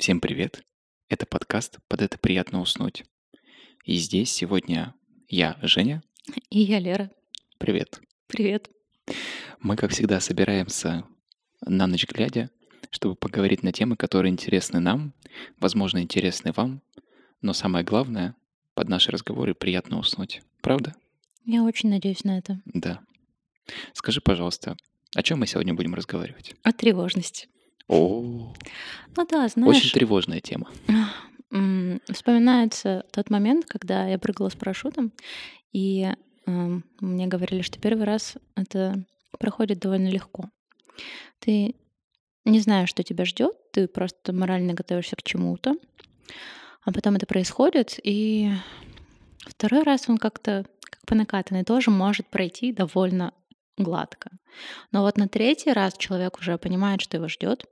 Всем привет! Это подкаст «Под это приятно уснуть». И здесь сегодня я, Женя. И я Лера. Привет. Привет. Мы, как всегда, собираемся на ночь глядя, чтобы поговорить на темы, которые интересны нам, возможно, интересны вам, но самое главное, под наши разговоры приятно уснуть. Правда? Я очень надеюсь на это. Да. Скажи, пожалуйста, о чем мы сегодня будем разговаривать? О тревожности. О, Ну да, очень знаешь, тревожная тема. вспоминается тот момент, когда я прыгала с парашютом, и мне говорили, что первый раз это проходит довольно легко. Ты не знаешь, что тебя ждет, ты просто морально готовишься к чему-то, а потом это происходит, и второй раз он как-то как по накатанной тоже может пройти довольно гладко. Но вот на третий раз человек уже понимает, что его ждет,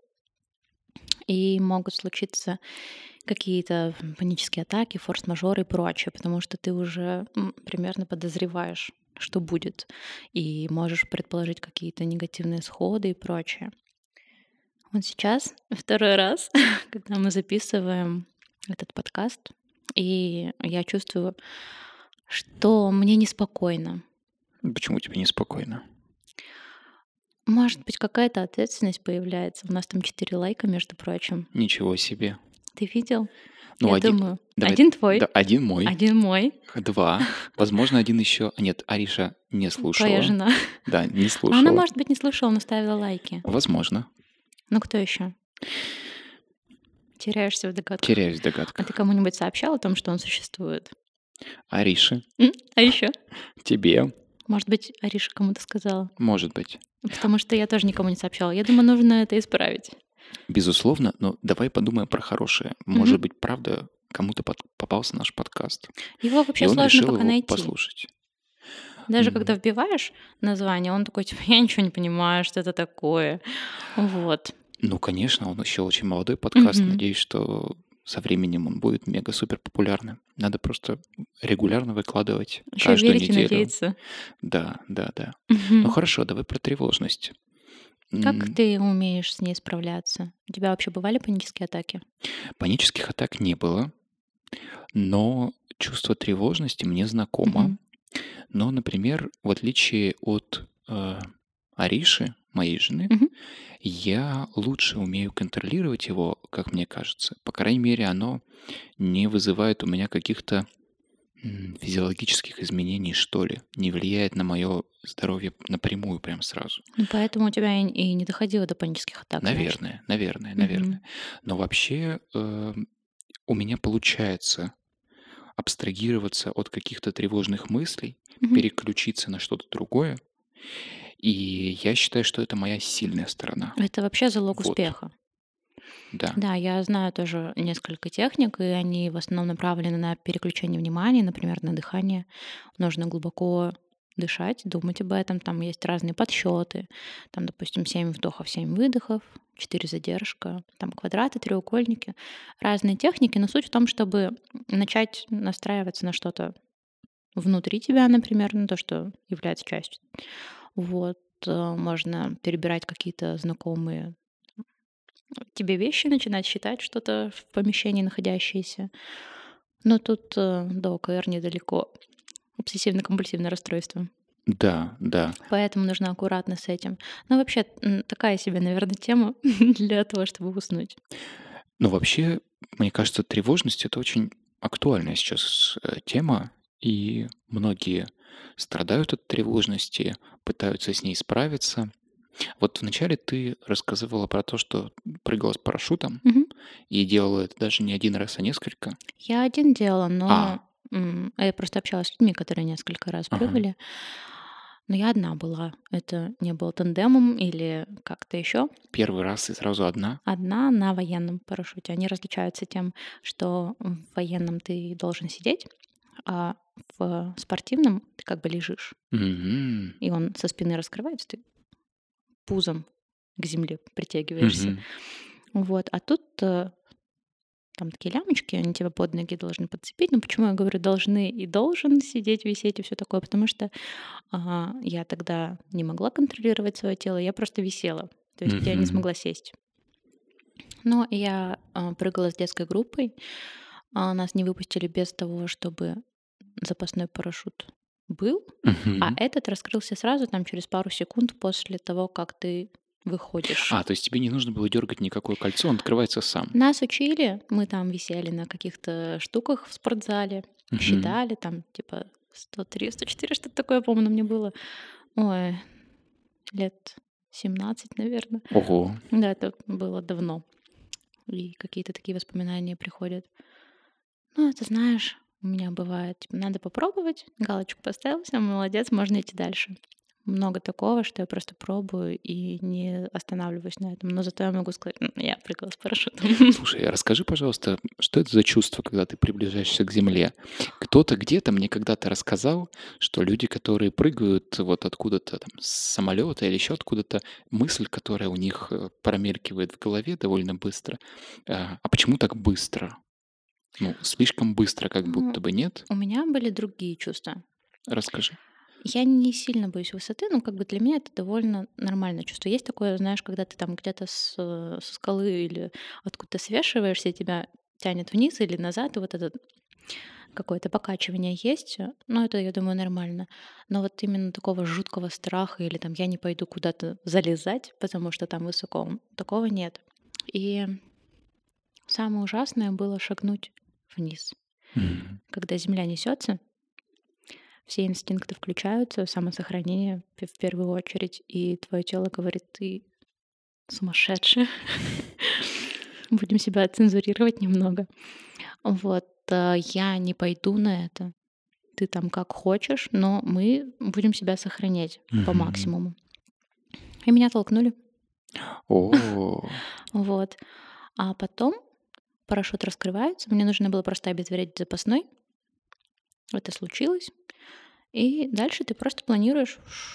и могут случиться какие-то панические атаки, форс-мажоры и прочее, потому что ты уже примерно подозреваешь, что будет, и можешь предположить какие-то негативные сходы и прочее. Вот сейчас второй раз, когда мы записываем этот подкаст, и я чувствую, что мне неспокойно. Почему тебе неспокойно? Может быть, какая-то ответственность появляется. У нас там 4 лайка, между прочим. Ничего себе. Ты видел? Ну, Я один, думаю, давай, один да, твой, один мой. один мой, 2. Возможно, один еще. Нет, Ариша не твоя слушала. жена. Да, не Ну, она, слушала. может быть, не слушала, но ставила лайки. Возможно. Ну, кто еще? Теряешься в догадках. Теряюсь в А ты догадках. кому-нибудь сообщал о том, что он существует? Арише, А еще? тебе, Может быть, Ариша кому-то сказала? может быть. Потому что я тоже никому не сообщала. Я думаю, нужно это исправить. Безусловно, но давай подумаем про хорошее. Мгм. Может быть, правда, кому-то попался наш подкаст, Его и вообще он сложно решил пока его найти. послушать. Даже когда М, вбиваешь название, он такой, типа, я ничего не понимаю, что это такое. Вот. Ну, конечно, он еще очень молодой подкаст. Мгм. Надеюсь, что со временем он будет мега-супер популярным. Надо просто регулярно выкладывать Еще каждую верить и неделю. надеяться. Да, да, да. Ну Мгм. хорошо, давай про тревожность. Как М, ты умеешь с ней справляться? У тебя вообще бывали панические атаки? Панических атак не было, но чувство тревожности мне знакомо. Мгм. Но, например, в отличие от Ариши, моей жены, Мгм. я лучше умею контролировать его, как мне кажется. По крайней мере, оно не вызывает у меня каких-то физиологических изменений, что ли, не влияет на мое здоровье напрямую прям сразу. Ну, поэтому у тебя и не доходило до панических атак, значит. Наверное, наверное, Мгм. наверное. Но вообще у меня получается абстрагироваться от каких-то тревожных мыслей, Мгм. переключиться на что-то другое. И я считаю, что это моя сильная сторона. Это вообще залог Вот, успеха. да. Да, я знаю тоже несколько техник, и они в основном направлены на переключение внимания, например, на дыхание. Нужно глубоко дышать, думать об этом. Там есть разные подсчеты. Там, допустим, 7 вдохов, 7 выдохов, 4 задержка, там квадраты, треугольники. Разные техники, но суть в том, чтобы начать настраиваться на что-то внутри тебя, например, на то, что является частью. Вот, можно перебирать какие-то знакомые тебе вещи, начинать считать что-то в помещении находящееся. Но тут до ОКР недалеко. Обсессивно-компульсивное расстройство. Да, да. Поэтому нужно аккуратно с этим. Но вообще такая себе, наверное, тема для того, чтобы уснуть. Но вообще, мне кажется, тревожность это очень актуальная сейчас тема, и многие страдают от тревожности, пытаются с ней справиться. Вот вначале ты рассказывала про то, что прыгала с парашютом Мгм. и делала это даже не один раз, а несколько. Я один делала, но А, я просто общалась с людьми, которые несколько раз ага. прыгали. Но я одна была. Это не было тандемом или как-то еще. Первый раз и сразу одна? Одна на военном парашюте. Они различаются тем, что в военном ты должен сидеть, а в спортивном ты как бы лежишь. Мгм. И он со спины раскрывается, ты пузом к земле притягиваешься. Мгм. Вот. А тут там такие лямочки, они тебя под ноги должны подцепить. Но почему я говорю должны и должен сидеть, висеть и все такое? Потому что я тогда не могла контролировать свое тело, я просто висела. То есть я не Мгм. смогла сесть. Но я прыгала с детской группой, нас не выпустили без того, чтобы запасной парашют был, а Мгм. этот раскрылся сразу, там, через пару секунд после того, как ты выходишь. То есть тебе не нужно было дергать никакое кольцо, он открывается сам. Нас учили, мы там висели на каких-то штуках в спортзале, Мгм. считали там, типа, 103, 104, что-то такое, по-моему, мне было. Ой, лет 17, наверное. Ого. Да, это было давно. И какие-то такие воспоминания приходят. Ну, это знаешь, у меня бывает, типа, надо попробовать, галочку поставил, всё, молодец, можно идти дальше. Много такого, что я просто пробую и не останавливаюсь на этом. Но зато я могу сказать: я прыгала с парашютом". Слушай, а расскажи, пожалуйста, что это за чувство, когда ты приближаешься к земле? Кто-то где-то мне когда-то рассказал, что люди, которые прыгают вот откуда-то там с самолета или еще откуда-то, мысль, которая у них промелькивает в голове довольно быстро. А почему так быстро? Ну, слишком быстро, как Ну, будто бы нет. у меня были другие чувства. Расскажи. Я не сильно боюсь высоты, но как бы для меня это довольно нормальное чувство. Есть такое, знаешь, когда ты там где-то со скалы или откуда-то свешиваешься, и тебя тянет вниз или назад, и вот это какое-то покачивание есть. Но это, я думаю, нормально. Но вот именно такого жуткого страха или там я не пойду куда-то залезать, потому что там высоко, такого нет. И самое ужасное было шагнуть вниз. Мгм. Когда земля несется, все инстинкты включаются, самосохранение в первую очередь, и твое тело говорит: ты сумасшедшая. Будем себя цензурировать немного. Вот, я не пойду на это. Ты там как хочешь, но мы будем себя сохранять по Мгм. максимуму. И меня толкнули. О, Вот. А потом парашют раскрывается. Мне нужно было просто обезвредить запасной. Это случилось. И дальше ты просто планируешь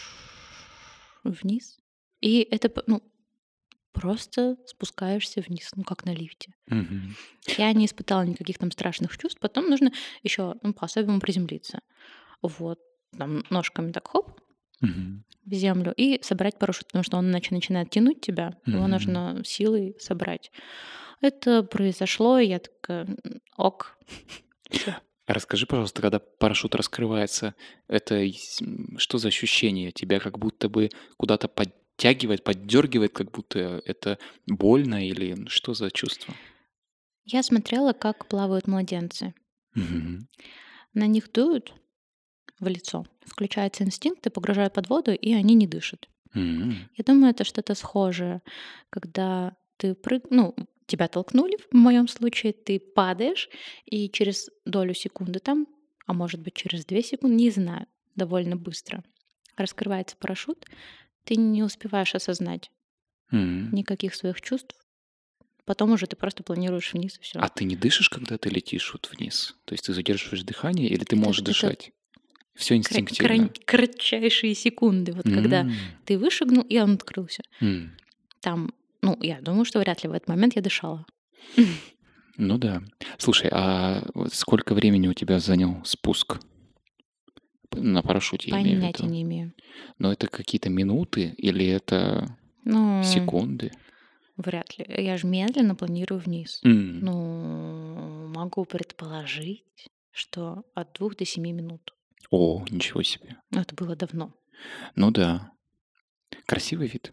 вниз. И это, ну, просто спускаешься вниз, ну, как на лифте. мгм. Я не испытала никаких там страшных чувств. Потом нужно еще, ну, по-особенному приземлиться. Вот. Там ножками так хоп Мгм. в землю и собрать парашют, потому что он иначе начинает тянуть тебя. Его Мгм. нужно силой собрать. Это произошло, и я такая: ок, все. Расскажи, пожалуйста, когда парашют раскрывается, это что за ощущение? Тебя как будто бы куда-то подтягивает, поддергивает, как будто это больно или что за чувство? Я смотрела, как плавают младенцы. Мгм. На них дуют в лицо, включаются инстинкты, погружают под воду, и они не дышат. М. Я думаю, это что-то схожее, когда ты ну, тебя толкнули, в моем случае, ты падаешь, и через долю секунды там, а может быть через 2 секунды, не знаю, довольно быстро раскрывается парашют, ты не успеваешь осознать М. никаких своих чувств, потом уже ты просто планируешь вниз и все. А ты не дышишь, когда ты летишь вот вниз? То есть ты задерживаешь дыхание или ты Это, можешь это дышать? Все инстинктивно. кратчайшие секунды, вот когда М. ты вышагнул, и он открылся. М. Там, ну, я думаю, что вряд ли в этот момент я дышала. Ну да. Слушай, а вот сколько времени у тебя занял спуск? На парашюте, я имею в Понятия виду. не имею. Но это какие-то минуты или это Ну, секунды? вряд ли. Я же медленно планирую вниз. М. Ну, могу предположить, что от 2 до 7 минут. О, ничего себе. Но это было давно. Ну да. Красивый вид.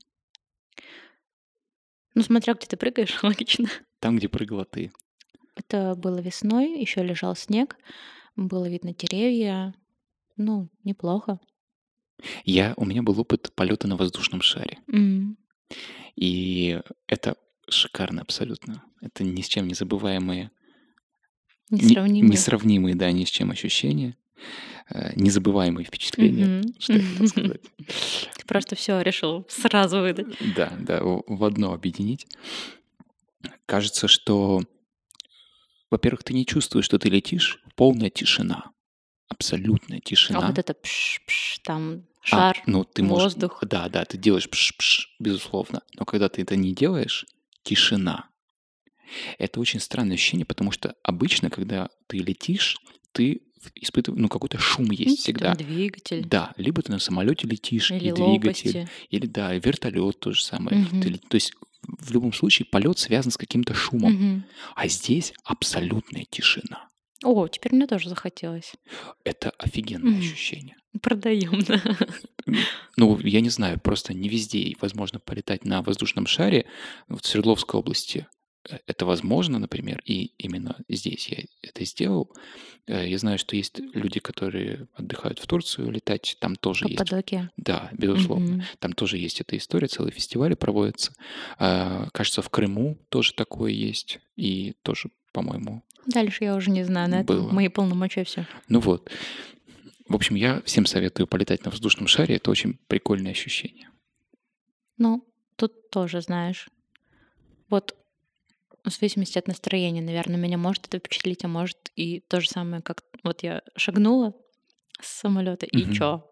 Ну, смотря где ты прыгаешь, логично. Там, где прыгала ты. Это было весной, еще лежал снег, было видно деревья. Ну, неплохо. У меня был опыт полета на воздушном шаре. М. И это шикарно абсолютно. Это ни с чем не забываемые, Несравнимые. несравнимые, да, ни с чем ощущения, незабываемые впечатления, Мгм. что я хотел сказать. Ты просто все решил сразу выдать. Да, да, в одно объединить. Кажется, что, во-первых, ты не чувствуешь, что ты летишь, полная тишина, абсолютная А вот тишина. это пш-пш, там шар, Ну ты можешь, воздух. да, да, ты делаешь пш-пш, безусловно, но когда ты это не делаешь, тишина. Это очень странное ощущение, потому что обычно, когда ты летишь, ты испытываешь, ну, какой-то шум Ну, есть там всегда. двигатель Да, либо ты на самолете летишь, или и двигатель, лопасти. или, да, вертолет то же самое. Мгм. То есть в любом случае полет связан с каким-то шумом. Мгм. А здесь абсолютная тишина. О, теперь мне тоже захотелось. Это офигенное ощущение. Продаем, да. Ну, я не знаю, просто не везде и возможно полетать на воздушном шаре. Вот в Свердловской области это возможно, например, и именно здесь я это сделал. Я знаю, что есть люди, которые отдыхают в Турцию, летать там тоже есть. Каппадокия. Да, безусловно. Мгм. Там тоже есть эта история, целые фестивали проводятся. Кажется, в Крыму тоже такое есть. И тоже, по-моему, Дальше я уже не знаю, на этом было. мои полномочия все. Ну вот. В общем, я всем советую полетать на воздушном шаре. Это очень прикольное ощущение. Ну, тут тоже, знаешь, вот в зависимости от настроения, наверное, меня может это впечатлить, а может и то же самое, как вот я шагнула с самолета и Мгм. чё?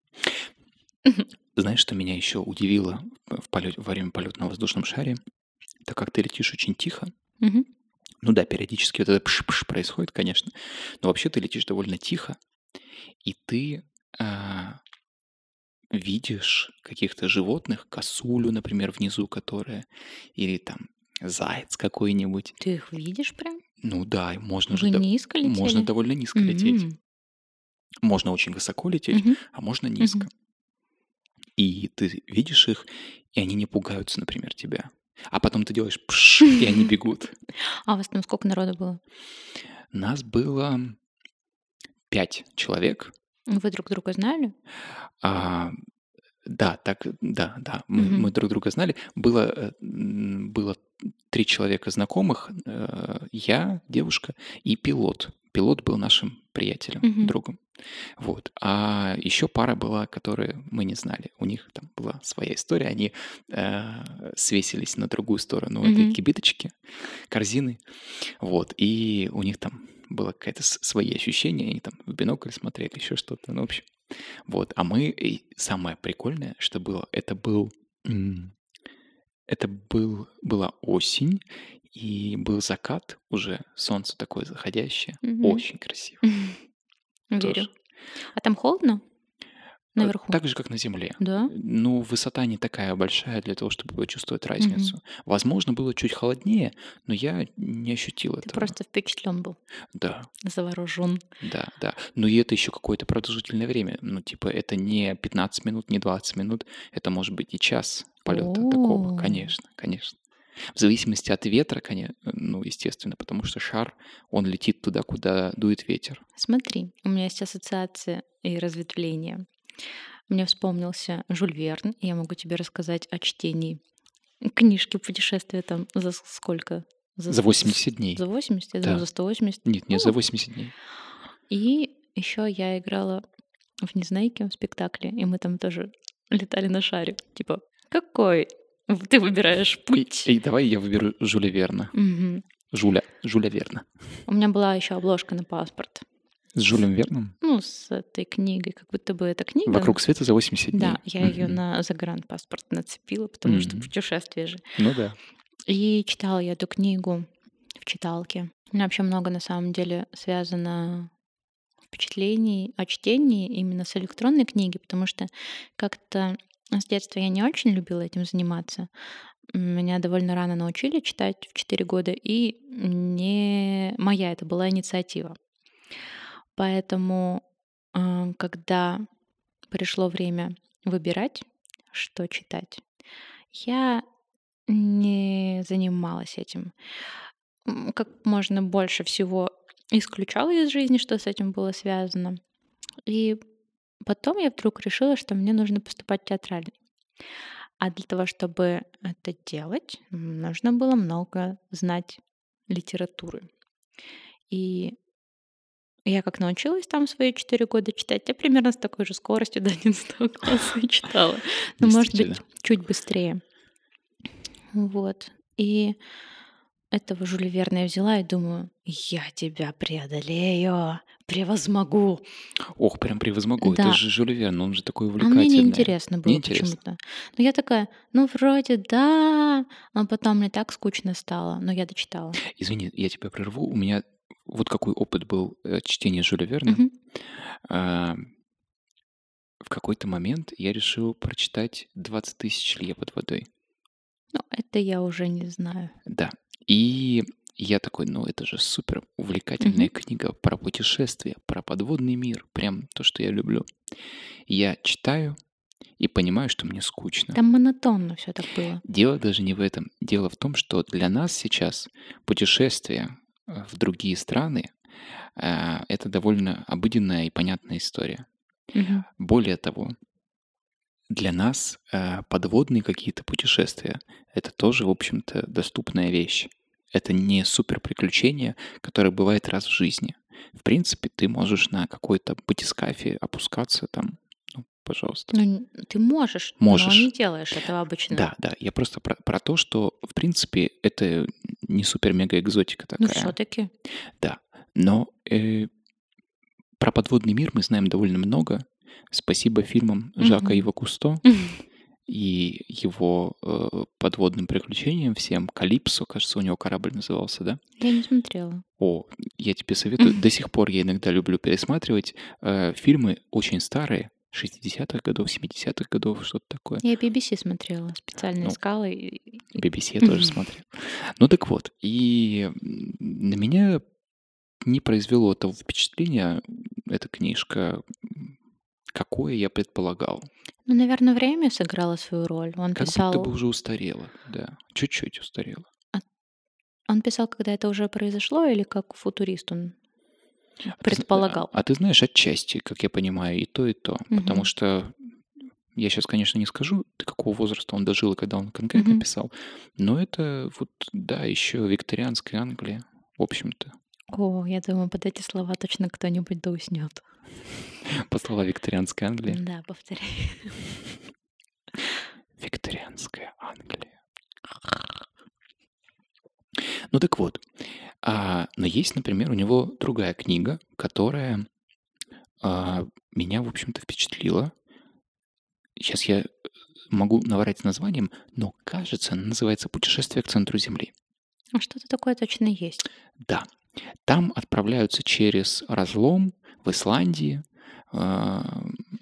Знаешь, что меня еще удивило во время полета на воздушном шаре? Так как ты летишь очень тихо. Мгм. Ну да, периодически вот это пш-пш происходит, конечно. Но вообще ты летишь довольно тихо, и ты а, видишь каких-то животных, косулю, например, внизу, которая, или там заяц какой-нибудь. Ты их видишь прям? Ну да, и можно же Вы низко можно летели? довольно низко лететь. М. Можно очень высоко лететь, Мгм. а можно Мгм. низко. И ты видишь их, и они не пугаются, например, тебя. А потом ты делаешь пш, и они бегут. А у вас там сколько народу было? Нас было 5 человек. Вы друг друга знали? А, да, так, да, да, мы Мгм. друг друга знали. Было 3 человека знакомых, я, девушка и пилот. Пилот был нашим приятелем, Мгм. другом. Вот. А еще пара была, которые мы не знали. У них там была своя история. Они свесились на другую сторону этой Мгм. кибиточки, корзины. Вот. И у них там было какое-то свои ощущения. Они там в бинокль смотрели, еще что-то. Ну, в общем. Вот. А мы... И самое прикольное, что было, м, была осень, и был закат уже, солнце такое заходящее. Мгм. Очень красиво Верю. тоже. А там холодно наверху? Так же, как на Земле. Да? Ну, высота не такая большая для того, чтобы почувствовать Мгм. разницу. Возможно, было чуть холоднее, но я не ощутил Ты этого. просто впечатлен был, Да, заворожен. да, да. Но и это еще какое-то продолжительное время. Ну, типа, это не 15 минут, не 20 минут. Это может быть и час полета такого. О, Конечно, конечно. В зависимости от ветра, ну, естественно, потому что шар, он летит туда, куда дует ветер. смотри, у меня есть ассоциация и разветвление. Мне вспомнился Жюль Верн, и я могу тебе рассказать о чтении книжки «Путешествие» там за сколько? За 80 дней. За 80? Я думала, Да. за 180. Нет, не за Ну, 80 дней. и еще я играла в «Незнайке» в спектакле, и мы там тоже летали на шаре. Типа, какой ты выбираешь путь? И давай я выберу Жюля Верна. Мгм. Жюля Верна. У меня была еще обложка на паспорт. С Жюлем Верном? Ну, с этой книгой, как будто бы эта книга. «Вокруг света за 80 Да, дней». я ее Мгм. на загранпаспорт нацепила, потому что Мгм. путешествие же. Ну да. И читала я эту книгу в читалке. У меня вообще много на самом деле связано впечатлений о чтении именно с электронной книги, потому что как-то с детства я не очень любила этим заниматься. Меня довольно рано научили читать в 4 года, и не моя это была инициатива. Поэтому, когда пришло время выбирать, что читать, я не занималась этим. Как можно больше всего исключала из жизни, что с этим было связано. И потом я вдруг решила, что мне нужно поступать в театральный. А для того, чтобы это делать, нужно было много знать литературы. И я как научилась там в свои 4 года читать, я примерно с такой же скоростью до 11 класса и читала. Но, может быть, Действительно. чуть быстрее. Вот. И этого Жюля Верна я взяла и думаю: "Я тебя преодолею, превозмогу". Ох, прям превозмогу. Это Да, же Жюль Верн, он же такой а мне увлекательный. неинтересно было Неинтересно? почему-то. Но я такая: "Ну, вроде да". А потом мне так скучно стало, но я дочитала. Извини, я тебя прерву. У меня вот какой опыт был чтения Жюля Верна. Мгм. А, В какой-то момент я решил прочитать 20 тысяч лье под водой. Ну, это я уже не знаю. Да. И я такой, ну это же супер увлекательная Мгм. книга про путешествия, про подводный мир, прям то, что я люблю. Я читаю и понимаю, что мне скучно. Там монотонно все так было. Дело даже не в этом. Дело в том, что для нас сейчас путешествия в другие страны это довольно обыденная и понятная история. Мгм. Более того, для нас подводные какие-то путешествия это тоже, в общем-то, доступная вещь. Это не супер приключение, которое бывает раз в жизни. В принципе, ты можешь на какой-то батискафе опускаться там, ну, пожалуйста. Ну, ты можешь, но не Можешь. делаешь этого обычно. Да, да. Я просто про то, что, в принципе, это не супер-мега-экзотика Ну, такая. все-таки. Да. Но про подводный мир мы знаем довольно много. Спасибо фильмам Жака Ива Кусто и его подводным приключениям всем. Калипсо, кажется, у него корабль назывался, да? Я не смотрела. О, я тебе советую. До сих пор я иногда люблю пересматривать фильмы очень старые, 60-х годов, 70-х годов, что-то такое. Я BBC смотрела, специально Ну, искала. BBC я тоже смотрел. Ну так вот, и на меня не произвело того впечатления эта книжка, какое я предполагал. Ну, наверное, время сыграло свою роль. Он Как будто бы писал, уже устарела, да, чуть-чуть устарела. а он писал, когда это уже произошло, или как футурист он предполагал? А ты знаешь, отчасти, как я понимаю, и то, и то. Потому Мгм. что я сейчас, конечно, не скажу, до какого возраста он дожил и когда он конкретно Мгм. писал, но это вот, да, еще викторианская Англия, в общем-то. О, я думаю, под эти слова точно кто-нибудь да уснет. По словам викторианской Англии. Да, повторяй. Викторианская Англия. Ну так вот, но есть, например, у него другая книга, которая меня, в общем-то, впечатлила. Сейчас я могу наврать с названием, но кажется, она называется «Путешествие к центру Земли». А что-то такое точно есть. Да, там отправляются через разлом в Исландии а,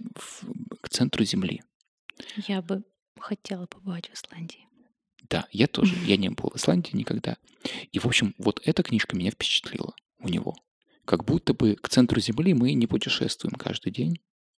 к центру Земли. Я бы хотела побывать в Исландии. Да, я тоже. Я не был в Исландии никогда. И, в общем, вот эта книжка меня впечатлила у него. Как будто бы к центру Земли мы не путешествуем каждый день.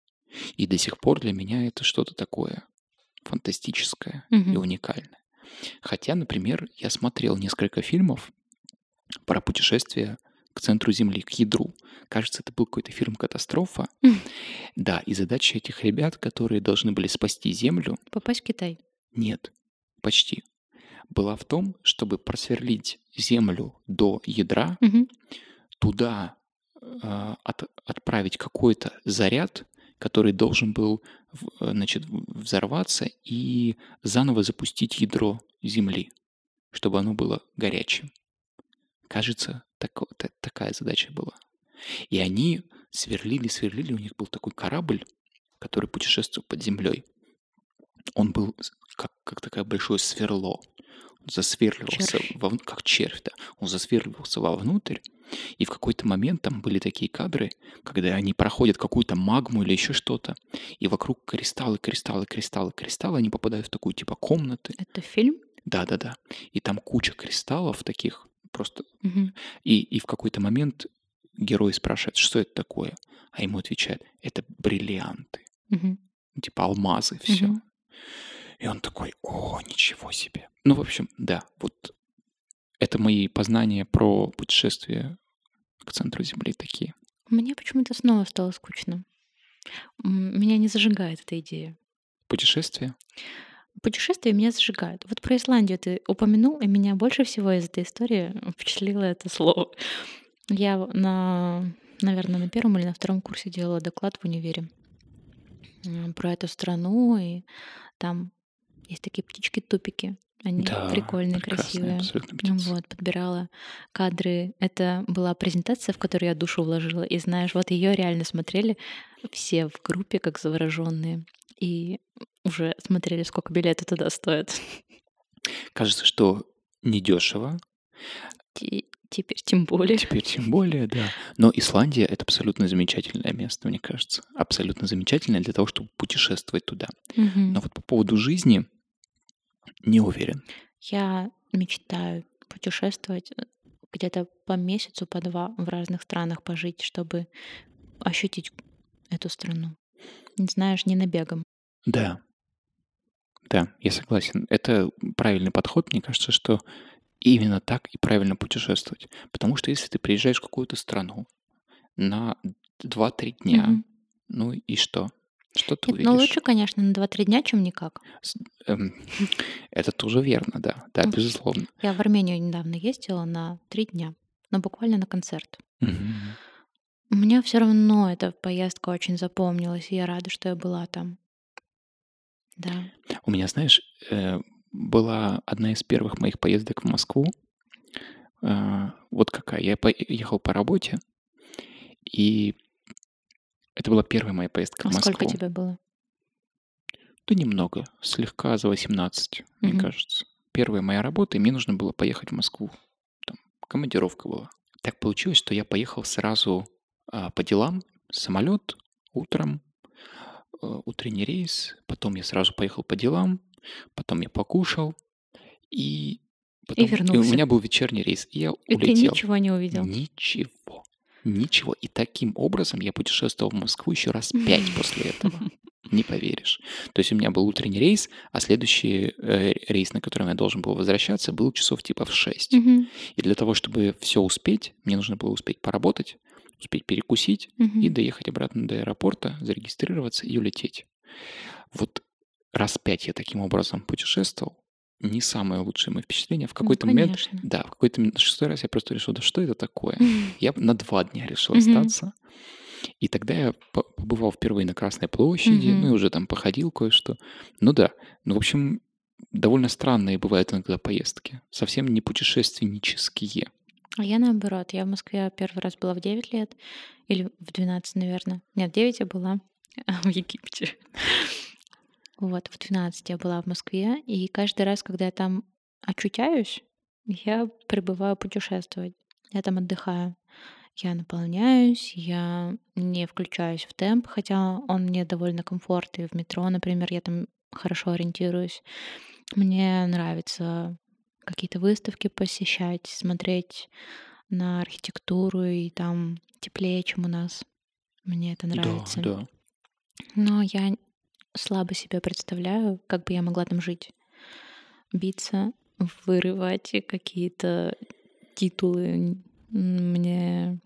И до сих пор для меня это что-то такое фантастическое и Мгм. уникальное. Хотя, например, я смотрел несколько фильмов про путешествие к центру Земли, к ядру. Кажется, это был какой-то фильм «Катастрофа». Да, и задача этих ребят, которые должны были спасти Землю, Попасть в Китай. нет, почти, была в том, чтобы просверлить Землю до ядра, Мгм. туда отправить какой-то заряд, который должен был значит, взорваться и заново запустить ядро Земли, чтобы оно было горячим. Кажется, такая задача была. И они сверлили, у них был такой корабль, который путешествовал под землей. Он был как такое большое сверло. Он засверливался, Червь. как червь, да. Он засверливался вовнутрь, и в какой-то момент там были такие кадры, когда они проходят какую-то магму или еще что-то, и вокруг кристаллы, кристаллы, кристаллы, кристаллы, они попадают в такую типа комнаты. Это фильм? Да-да-да. И там куча кристаллов таких просто. Мгм. И в какой-то момент герой спрашивает, что это такое? А ему отвечают, это бриллианты. Мгм. Ну, типа алмазы, все. Мгм. И он такой, о, ничего себе. Ну, в общем, да, вот это мои познания про путешествие к центру Земли такие. Мне почему-то снова стало скучно. Меня не зажигает эта идея. Путешествие? Путешествия меня зажигают. Вот про Исландию ты упомянул, и меня больше всего из этой истории впечатлило это слово. Я наверное, на первом или на втором курсе делала доклад в универе про эту страну, и там есть такие птички-тупики. Они Да, прикольные, прекрасная красивые. абсолютно Ну птица. вот, подбирала кадры. Это была презентация, в которую я душу вложила. И знаешь, вот ее реально смотрели все в группе, как завороженные. И уже смотрели, сколько билеты туда стоят. Кажется, что недешево, Теперь тем более. теперь тем более, да. Но Исландия — это абсолютно замечательное место, мне кажется. Абсолютно замечательное для того, чтобы путешествовать туда. Мгм. Но вот по поводу жизни не уверен. Я мечтаю путешествовать где-то по месяцу, по 2 в разных странах пожить, чтобы ощутить эту страну. Не знаешь, не набегом. Да, да, я согласен. Это правильный подход. Мне кажется, что именно так и правильно путешествовать. Потому что если ты приезжаешь в какую-то страну на 2-3 дня, Мгм. ну и что? Что ты Нет, ну увидишь? лучше, конечно, на 2-3 дня, чем никак. С- эм, Это тоже верно, да. Да, Вот безусловно. я в Армению недавно ездила на 3 дня, но буквально на концерт. Мгм. Мне все равно эта поездка очень запомнилась, и я рада, что я была там. Да. У меня, знаешь, была одна из первых моих поездок в Москву. Вот какая. Я ехал по работе, и это была первая моя поездка А в сколько Москву. тебе было? Да немного, слегка за 18, мне Мгм. кажется. Первая моя работа, и мне нужно было поехать в Москву. Там командировка была. Так получилось, что я поехал сразу по делам, самолет утром, утренний рейс, потом я сразу поехал по делам, потом я покушал, и И и у вернулся. меня был вечерний рейс, и я И ты улетел. ничего не увидел? Ничего. Ничего. И таким образом я путешествовал в Москву еще раз 5 после этого. Не поверишь. То есть у меня был утренний рейс, а следующий рейс, на котором я должен был возвращаться, был часов типа в 6. Мгм. И для того, чтобы все успеть, мне нужно было успеть поработать, успеть перекусить и Мгм. доехать обратно до аэропорта, зарегистрироваться и улететь. Вот раз 5 я таким образом путешествовал. Не самое лучшее мое впечатление. В Ну, какой-то момент, конечно. да, в какой-то момент, 6-й раз я просто решил, да что это такое? Я на 2 дня решил Мгм. остаться. И тогда я побывал впервые на Красной площади, ну и Мгм. уже там походил кое-что. Ну да, ну в общем, довольно странные бывают иногда поездки. Совсем не путешественнические. А я наоборот. Я в Москве первый раз была в 9 лет или в 12, наверное. Нет, в 9 я была в Египте. Вот, в 12 я была в Москве, и каждый раз, когда я там очутяюсь, я прибываю путешествовать. Я там отдыхаю. Я наполняюсь, я не включаюсь в темп, хотя он мне довольно комфортный. В метро, например, я там хорошо ориентируюсь. Мне нравится какие-то выставки посещать, смотреть на архитектуру, и там теплее, чем у нас. Мне это Да, нравится. да. Но я слабо себе представляю, как бы я могла там жить. Биться, вырывать какие-то титулы. Мне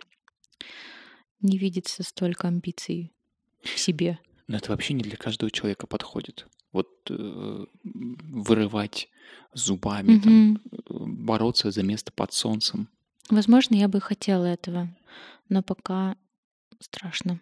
не видится столько амбиций в себе. Но это вообще не для каждого человека подходит. Вот вырывать зубами, там, Мгм. бороться за место под солнцем. Возможно, я бы хотела этого, но пока страшно.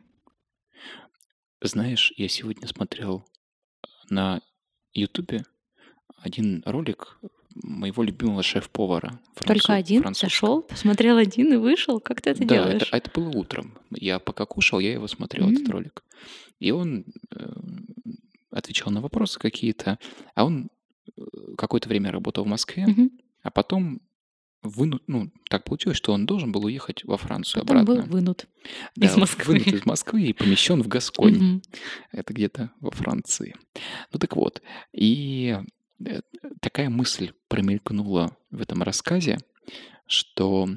Знаешь, я сегодня смотрел на Ютубе один ролик моего любимого шеф-повара Только один французского. зашел, посмотрел один и вышел. Как ты это Да, делаешь? это было утром. Я пока кушал, я его смотрел, этот М, ролик. И он отвечал на вопросы какие-то, а он какое-то время работал в Москве, мгм. а потом ну, так получилось, что он должен был уехать во Францию Потом был обратно. вынут из Да, Москвы. вынут из Москвы и помещен в Гасконь. Мгм. Это где-то во Франции. Ну так вот, и э, такая мысль промелькнула в этом рассказе, что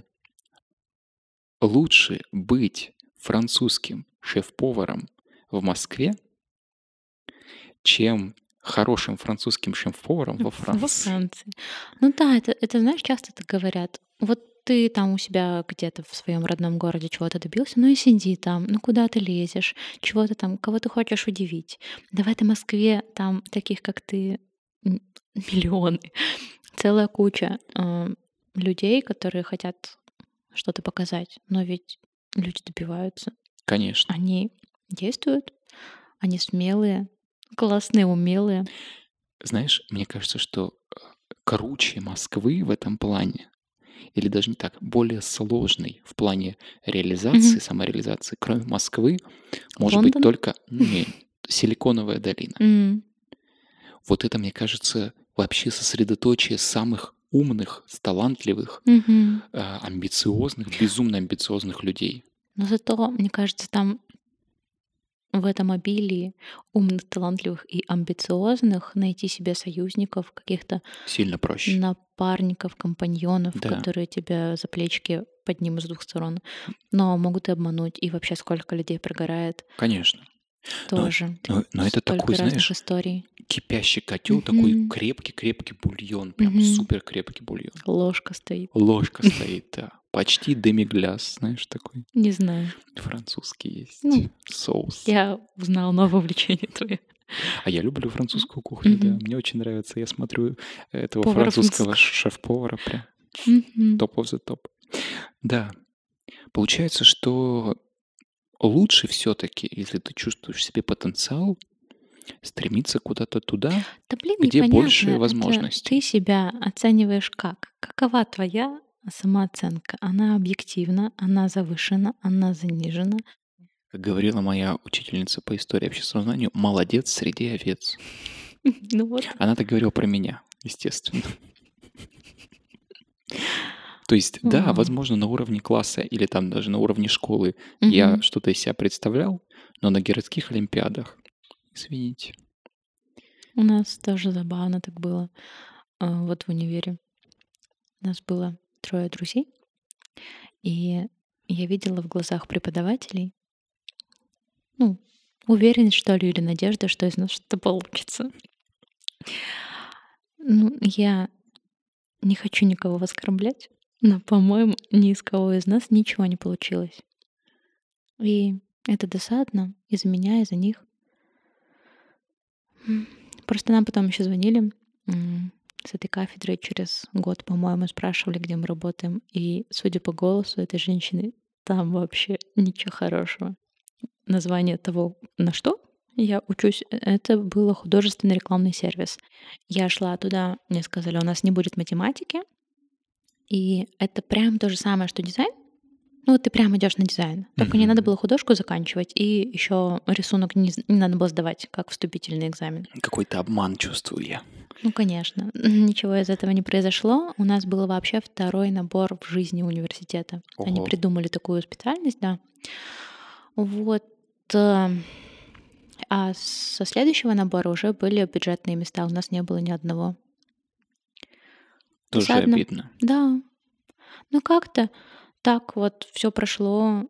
лучше быть французским шеф-поваром в Москве, чем хорошим французским шеф-поваром во Во Франции. Франции. Ну да, это, знаешь, часто так говорят. Вот ты там у себя где-то в своем родном городе чего-то добился, ну и сиди там, ну куда ты лезешь, чего ты там, кого ты хочешь удивить. Да в этой Москве там таких, как ты, м, миллионы. Целая куча людей, которые хотят что-то показать. Но ведь люди добиваются. Конечно. Они действуют, они смелые, классные, умелые. Знаешь, мне кажется, что круче Москвы в этом плане, или даже не так, более сложный в плане реализации, Мгм. самореализации, кроме Москвы, может быть Лондон. только Силиконовая долина. М. Вот это, мне кажется, вообще сосредоточие самых умных, талантливых, Мгм. амбициозных, безумно амбициозных людей. Но зато, мне кажется, там в этом обилии умных, талантливых и амбициозных найти себе союзников, каких-то Сильно проще. напарников, компаньонов, Да, которые тебя за плечики поднимут с двух сторон, но могут и обмануть. И вообще сколько людей прогорает конечно. Но, тоже. но это Столько такой, разных знаешь, историй. кипящий котел, такой Мгм. крепкий-крепкий бульон, прям Мгм. супер крепкий бульон. Ложка стоит. Ложка стоит, да. Почти демигляс, знаешь, такой Не знаю. французский есть Ну, соус. я узнала новое увлечение твое. А я люблю французскую кухню, да. Мгм. Мне очень нравится. Я смотрю этого Повара французского французского. шеф-повара прям Мгм. топ of the топ. Да, получается, что лучше все-таки, если ты чувствуешь в себе потенциал, стремиться куда-то туда, Да блин, где больше непонятно. Это ты возможностей. себя оцениваешь как? Какова твоя самооценка? Она объективна, она завышена, она занижена. Как говорила моя учительница по истории общественного знания, молодец среди овец. Ну вот. Она так говорила про меня, естественно. То есть, да, М. возможно, на уровне класса или там даже на уровне школы я Мгм. что-то из себя представлял, но на городских олимпиадах, извините. У нас тоже забавно так было. Вот в универе у нас было трое друзей, и я видела в глазах преподавателей, ну, уверенность, что ли, или надежда, что из нас что-то получится. Ну, я не хочу никого оскорблять, но, по-моему, ни из кого из нас ничего не получилось. И это досадно и за меня, и за них. М. Просто нам потом еще звонили с этой кафедры через год, по-моему, спрашивали, где мы работаем. И, судя по голосу этой женщины, там вообще ничего хорошего. Название того, на что я учусь, это было художественный рекламный сервис. Я шла туда, мне сказали, у нас не будет математики, и это прям то же самое, что дизайн. Ну вот ты прям идешь на дизайн. Только не надо Мгм. было художку заканчивать, и еще рисунок не надо было сдавать, как вступительный экзамен. Какой-то обман чувствую я. Ну, конечно, ничего из этого не произошло. У нас был вообще второй набор в жизни университета. Они Ого. придумали такую специальность, да. Вот. э, А со следующего набора уже были бюджетные места. У нас не было ни одного. Тоже Досадно. обидно. Да. Ну как-то так вот все прошло.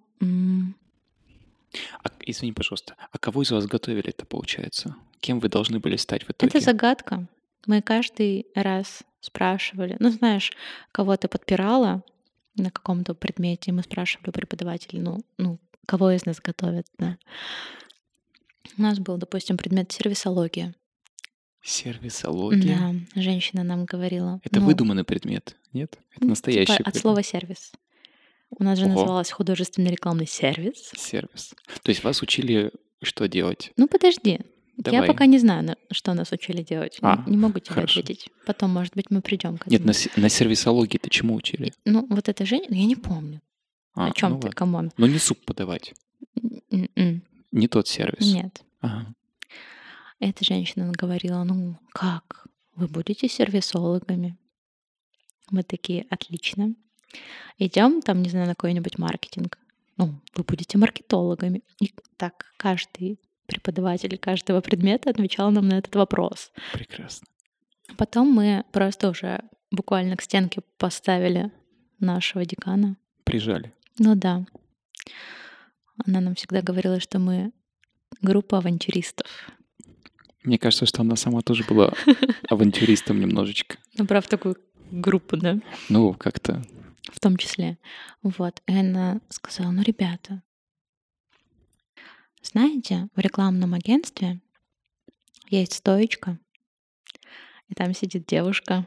Извини, пожалуйста, а кого из вас готовили это, получается? Кем вы должны были стать в Это итоге? загадка. Мы каждый раз спрашивали. Ну, знаешь, кого-то подпирала на каком-то предмете, и мы спрашивали у преподавателей, ну, кого из нас готовят, да. У нас был, допустим, предмет сервисология. Сервисология? Да, женщина нам говорила, Это выдуманный предмет, нет? Это типа настоящий от предмет. слова сервис. У нас же Ого, называлось художественный рекламный сервис. сервис. То есть вас учили, что делать? Ну, подожди. Я Давай. пока не знаю, что нас учили делать. А, Не могу тебе хорошо. ответить. Потом, может быть, мы придем к Нет, этому. на сервисологии-то чему учили? Ну, вот эта женщина, я не помню. О чем Ну ты, ладно. камон? Но не суп подавать. М-м. Не тот сервис. Нет. Ага. Эта женщина говорила, ну как, вы будете сервисологами? Мы такие, отлично. Идем там, не знаю, на какой-нибудь маркетинг. Ну, вы будете маркетологами. И так каждый преподаватель каждого предмета отвечал нам на этот вопрос. Прекрасно. Потом мы просто уже буквально к стенке поставили нашего декана. Прижали. Ну да, она нам всегда говорила, что мы группа авантюристов. Мне кажется, что она сама тоже была авантюристом немножечко. Ну, правда, такую группу, да, Ну, как-то. в том числе. Вот, и она сказала, ну, ребята, знаете, в рекламном агентстве есть стоечка, и там сидит девушка,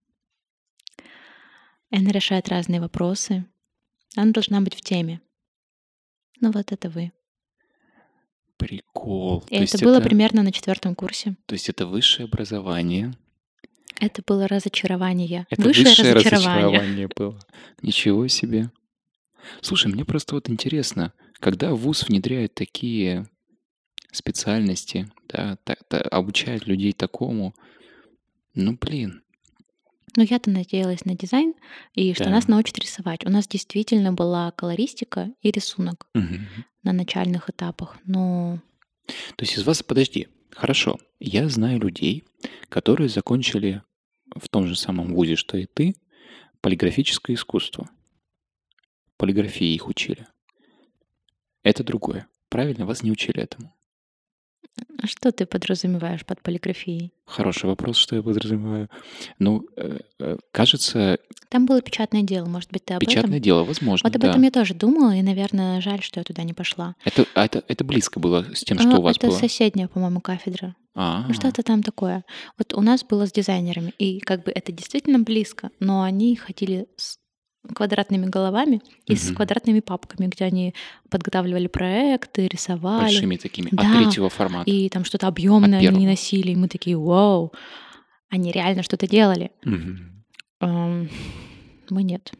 и она решает разные вопросы. Она должна быть в теме. Ну, вот это вы. Прикол. И это было примерно на 4 курсе. То есть это высшее образование. Это было разочарование. Это Высшее высшее разочарование. разочарование было. Ничего себе. Слушай, мне просто вот интересно, когда вуз внедряет такие специальности, да, обучает людей такому, ну, блин, Но я-то надеялась на дизайн и что да. нас научат рисовать. У нас действительно была колористика и рисунок Мгм. на начальных этапах. Но То есть из вас, подожди, хорошо, я знаю людей, которые закончили в том же самом вузе, что и ты, полиграфическое искусство. Полиграфии их учили. Это другое. Правильно, вас не учили этому. А что ты подразумеваешь под полиграфией? Хороший вопрос, что я подразумеваю. Ну, кажется, Там было печатное дело, может быть, ты об печатное этом? дело, возможно, Вот об этом да. я тоже думала, и, наверное, жаль, что я туда не пошла. Это близко было с тем, что у вас Это было. соседняя, по-моему, кафедра. Ну, А, что-то там такое. Вот у нас было с дизайнерами, и как бы это действительно близко, но они ходили с квадратными головами и с мгм. квадратными папками, где они подготавливали проекты, рисовали. Большими такими. От Да, третьего формата. и там что-то От объемное они не первого. носили, и мы такие, вау, они реально что-то делали. Мгм. Ам, Мы нет.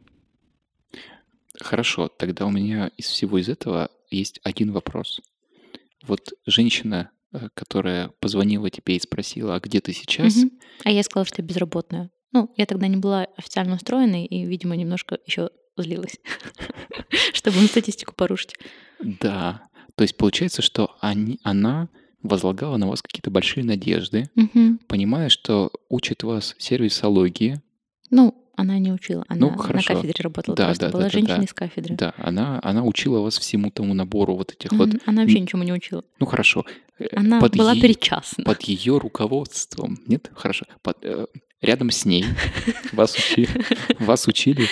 Хорошо, тогда у меня из всего из этого есть один вопрос. Вот женщина, которая позвонила тебе и спросила, а где ты сейчас? Мгм. А я сказала, что я безработная. Ну, я тогда не была официально устроенной и, видимо, немножко еще злилась, чтобы статистику порушить. Да. То есть получается, что она возлагала на вас какие-то большие надежды, Мгм. понимая, что учит вас сервисологии. Ну, она не учила, Ну, она на хорошо. кафедре работала Да, просто, да, да, была да, женщина да. из кафедры. Да, она учила вас всему тому набору вот этих Но вот. она н- вообще ничему не учила. Ну, хорошо. Она Под была ее, причастна. под ее руководством. Нет? Хорошо. Рядом с ней вас учили, вас учили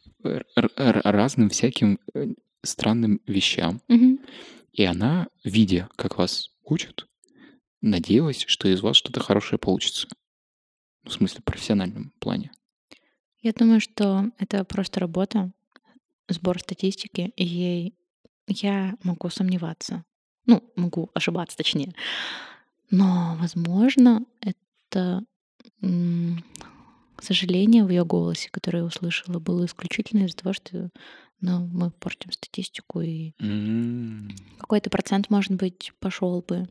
разным всяким странным вещам. Мгм. И она, видя, как вас учат, надеялась, что из вас что-то хорошее получится. Ну, в смысле, в профессиональном плане. Я думаю, что это просто работа, сбор статистики, и ей я могу сомневаться. Ну, могу ошибаться, точнее. Но, возможно, это м, сожаление в ее голосе, которое я услышала, было исключительно из-за того, что ну, мы портим статистику, и М. какой-то процент, может быть, пошел бы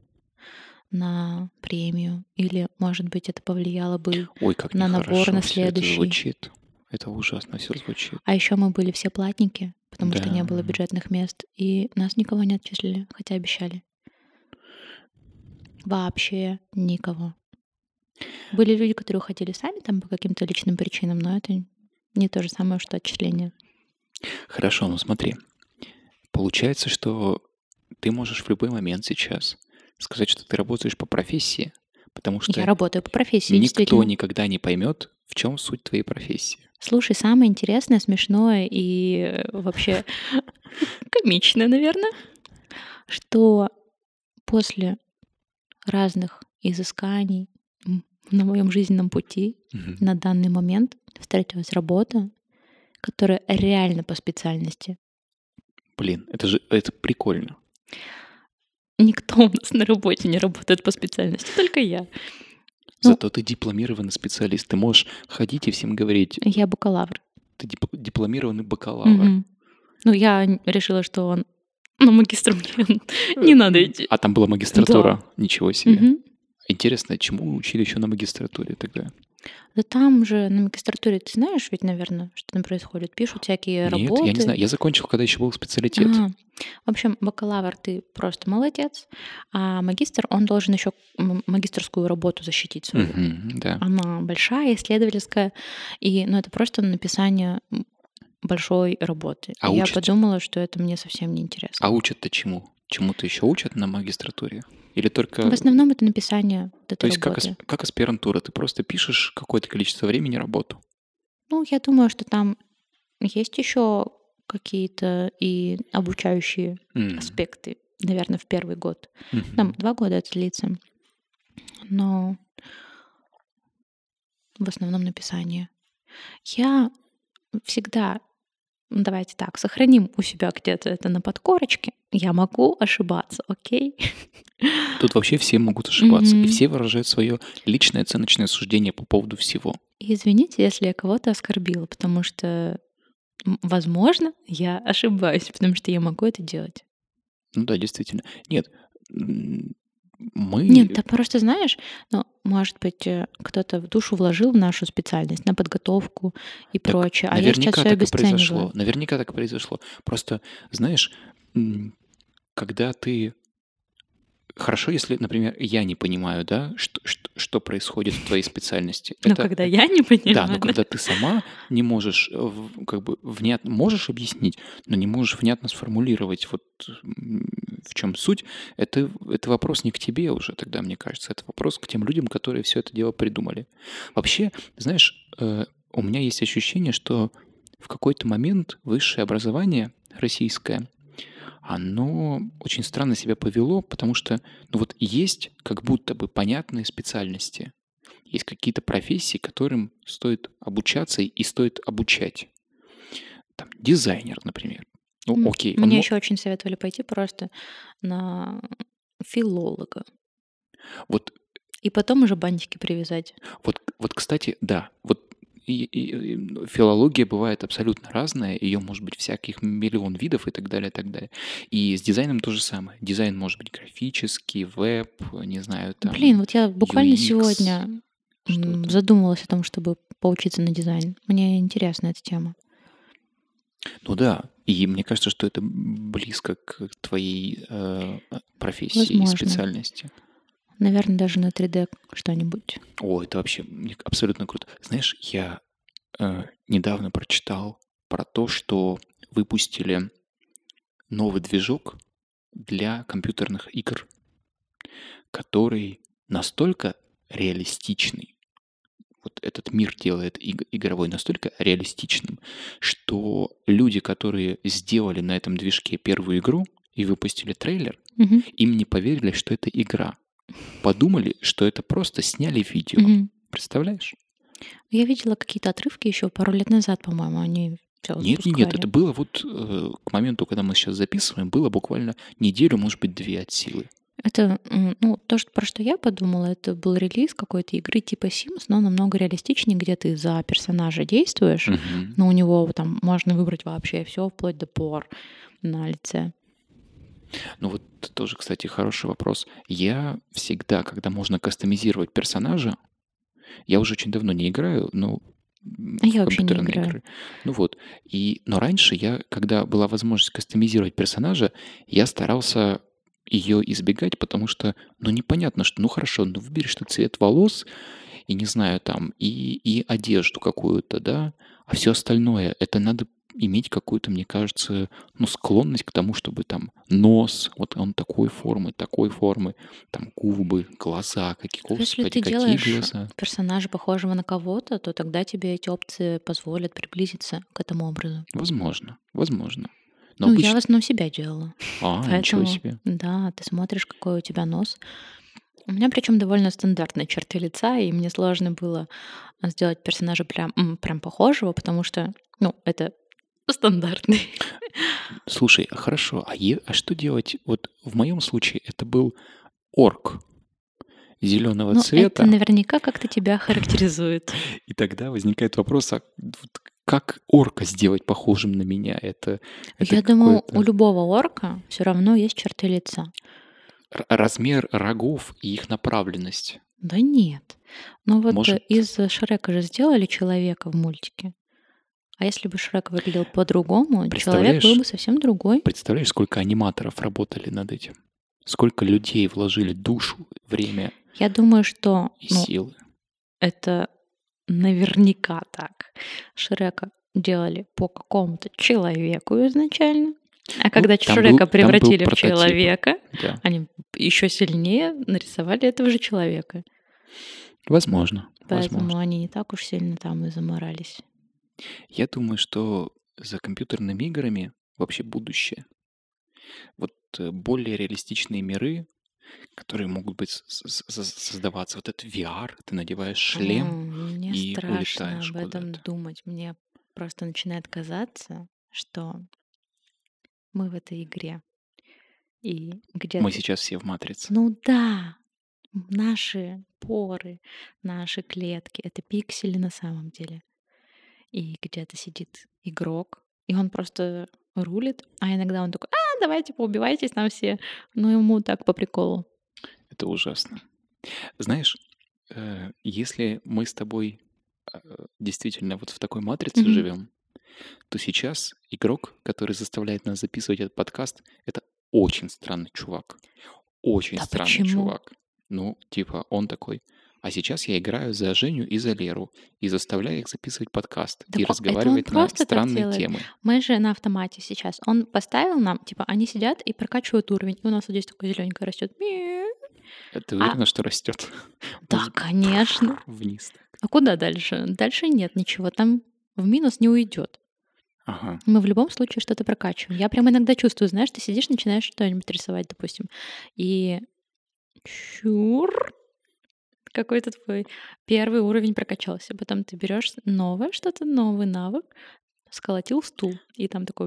на премию, или, может быть, это повлияло бы Ой, как на набор нехорошо на все это следующий. звучит. Это ужасно все звучит. А еще мы были все платники, потому что не Да. было бюджетных мест, и нас никого не отчислили, хотя обещали. Вообще никого. Были люди, которые уходили сами там по каким-то личным причинам, но это не то же самое, что отчисление. Хорошо, ну смотри. Получается, что ты можешь в любой момент сейчас сказать, что ты работаешь по профессии, потому Я что работаю по профессии, никто действительно. никогда не поймет, в чем суть твоей профессии. Слушай, самое интересное, смешное и вообще комичное, наверное, что после разных изысканий на моем жизненном пути Мгм. на данный момент встретилась работа, которая реально по специальности. Блин, это прикольно. Никто у нас на работе не работает по специальности, только я. Ну, Зато ты дипломированный специалист. Ты можешь ходить и всем говорить, я бакалавр. ты дипломированный бакалавр. Мгм. Ну, я решила, что на магистра мне не надо идти. А там была Да. магистратура? Ничего себе. Мгм. Интересно, чему вы учили еще на магистратуре тогда? Да там же на магистратуре, ты знаешь ведь, наверное, что там происходит? Пишут всякие Нет, я не работы. знаю. Я закончил, когда еще был специалитет. А, в общем, бакалавр ты просто молодец, а магистр, он должен еще магистерскую работу защитить свою. Мгм, да. Она большая, исследовательская, и, ну, это просто написание большой работы. А И я учат, подумала, что это мне совсем не интересно. а учат-то чему? Чему-то еще учат на магистратуре? Или В только... основном это написание вот То этой есть работы. как аспирантура? Ты просто пишешь какое-то количество времени работу? Ну, я думаю, что там есть еще какие-то и обучающие М, аспекты, наверное, в первый год. Там мгм. 2 года это длится, но в основном написание. Я всегда, давайте так, сохраним у себя где-то это на подкорочке. Я могу ошибаться, окей? Тут вообще все могут ошибаться, и Мгм. все выражают свое личное оценочное суждение по поводу всего. И извините, если я кого-то оскорбила, потому что, возможно, я ошибаюсь, потому что я могу это делать. Ну да, действительно. Нет, м, мы... Нет, да просто знаешь, ну, может быть, кто-то в душу вложил в нашу специальность, на подготовку и Так прочее, а я сейчас наверняка все так и обесцениваю. произошло. Наверняка так и произошло. Просто, знаешь, когда ты Хорошо, если, например, я не понимаю, да, что происходит в твоей специальности. Но Это, когда я не да, но понимаю, да. когда ты сама не можешь, как бы внятно можешь объяснить, но не можешь внятно сформулировать, вот в чем суть, это вопрос не к тебе уже тогда, мне кажется, это вопрос к тем людям, которые все это дело придумали. Вообще, знаешь, у меня есть ощущение, что в какой-то момент высшее образование российское, оно очень странно себя повело, потому что, ну вот есть как будто бы понятные специальности, есть какие-то профессии, которым стоит обучаться и стоит обучать. Там дизайнер, например. Ну, окей, Мне еще очень советовали пойти просто на филолога вот, и потом уже бантики привязать. вот, кстати, да, вот филология бывает абсолютно разная, ее может быть всяких миллион видов и так далее, и так далее. И с дизайном то же самое. Дизайн может быть графический, веб, не знаю, Блин, там вот я буквально UX, сегодня что-то. задумалась о том, чтобы поучиться на дизайн. Мне интересна эта тема. Ну да, и мне кажется, что это близко к твоей профессии и Возможно. специальности. Наверное, даже на 3D что-нибудь. О, это вообще абсолютно круто. Знаешь, я недавно прочитал про то, что выпустили новый движок для компьютерных игр, который настолько реалистичный, вот этот мир делает игровой настолько реалистичным, что люди, которые сделали на этом движке первую игру и выпустили трейлер, Мгм. им не поверили, что это игра. Подумали, что это просто сняли видео. Мгм. Представляешь? Я видела какие-то отрывки еще пару лет назад, по-моему, они всё Нет, это запускали. было вот к моменту, когда мы сейчас записываем, было буквально неделю, может быть, 2 от силы. Это, ну, то, про что я подумала, это был релиз какой-то игры типа Sims, но намного реалистичнее, где ты за персонажа действуешь, Мгм. но у него там можно выбрать вообще все, вплоть до пор на лице. Ну вот тоже, кстати, хороший вопрос. Я всегда, когда можно кастомизировать персонажа, я уже очень давно не играю, но А в я вообще не компьютерные играю. игры. Ну вот. Но раньше я, когда была возможность кастомизировать персонажа, я старался ее избегать, потому что, ну, непонятно, что, ну, хорошо, ну, выберешь ты цвет волос, и не знаю, там, и одежду какую-то, да, а все остальное, это надо иметь какую-то, мне кажется, ну, склонность к тому, чтобы там нос, вот он такой формы, там губы, глаза, какие, Если господи, ты какие делаешь глаза. персонажа, похожего на кого-то, то тогда тебе эти опции позволят приблизиться к этому образу. Возможно, возможно. Но Ну, я в обычно... основном себя делала. Ничего Поэтому, себе. да, ты смотришь, какой у тебя нос. У меня причем довольно стандартные черты лица, и мне сложно было сделать персонажа прям похожего, потому что, ну, это стандартный. Слушай, а хорошо, а что делать? Вот в моем случае это был орк зеленого Ну, это цвета, наверняка как-то тебя характеризует. и тогда возникает вопрос, а вот как орка сделать похожим на меня? Это Я думаю, у какое-то любого орка все равно есть черты лица. размер рогов и их направленность. Да нет. Ну вот Может, из Шрека же сделали человека в мультике. А если бы Шрек выглядел по-другому, человек был представляешь, бы совсем другой. представляешь, сколько аниматоров работали над этим? Сколько людей вложили душу, время Я думаю, что, и ну, силы? это наверняка так. Шрека делали по какому-то человеку изначально, а Ну, когда Шрека там был превратили в прототип, человека, да. они еще сильнее нарисовали этого же человека. Возможно, Поэтому возможно. они не так уж сильно там и заморались. Я думаю, что за компьютерными играми вообще будущее. Вот более реалистичные миры, которые могут быть создаваться. Вот этот VR, ты надеваешь шлем Мне и страшно улетаешь об этом куда-то. думать. Мне просто начинает казаться, что мы в этой игре. И Мы где-то... сейчас все в матрице. Ну да, наши поры, наши клетки — это пиксели на самом деле. И где-то сидит игрок, и он просто рулит, а иногда он такой: давайте поубивайтесь там все. Ну, ему так по приколу. Это ужасно. Знаешь, если мы с тобой действительно вот в такой матрице Мгм. живем, то сейчас игрок, который заставляет нас записывать этот подкаст, это очень странный чувак. очень Да странный почему? чувак. Ну, типа, он такой: "А сейчас я играю за Женю и за Леру и заставляю их записывать подкаст и Это он разговаривать на просто так странные делает. темы". Мы же на автомате сейчас. Он поставил нам, типа, они сидят и прокачивают уровень. И у нас вот здесь такое зелененькое растет. Ты А, уверена, что растет? да, конечно. Вниз так. А куда дальше? Дальше нет ничего. Там в минус не уйдет. Ага. Мы в любом случае что-то прокачиваем. Я прям иногда чувствую, знаешь, ты сидишь, начинаешь что-нибудь рисовать, допустим, и чур, какой-то твой первый уровень прокачался. Потом ты берешь новое что-то, новый навык, сколотил стул, и там такой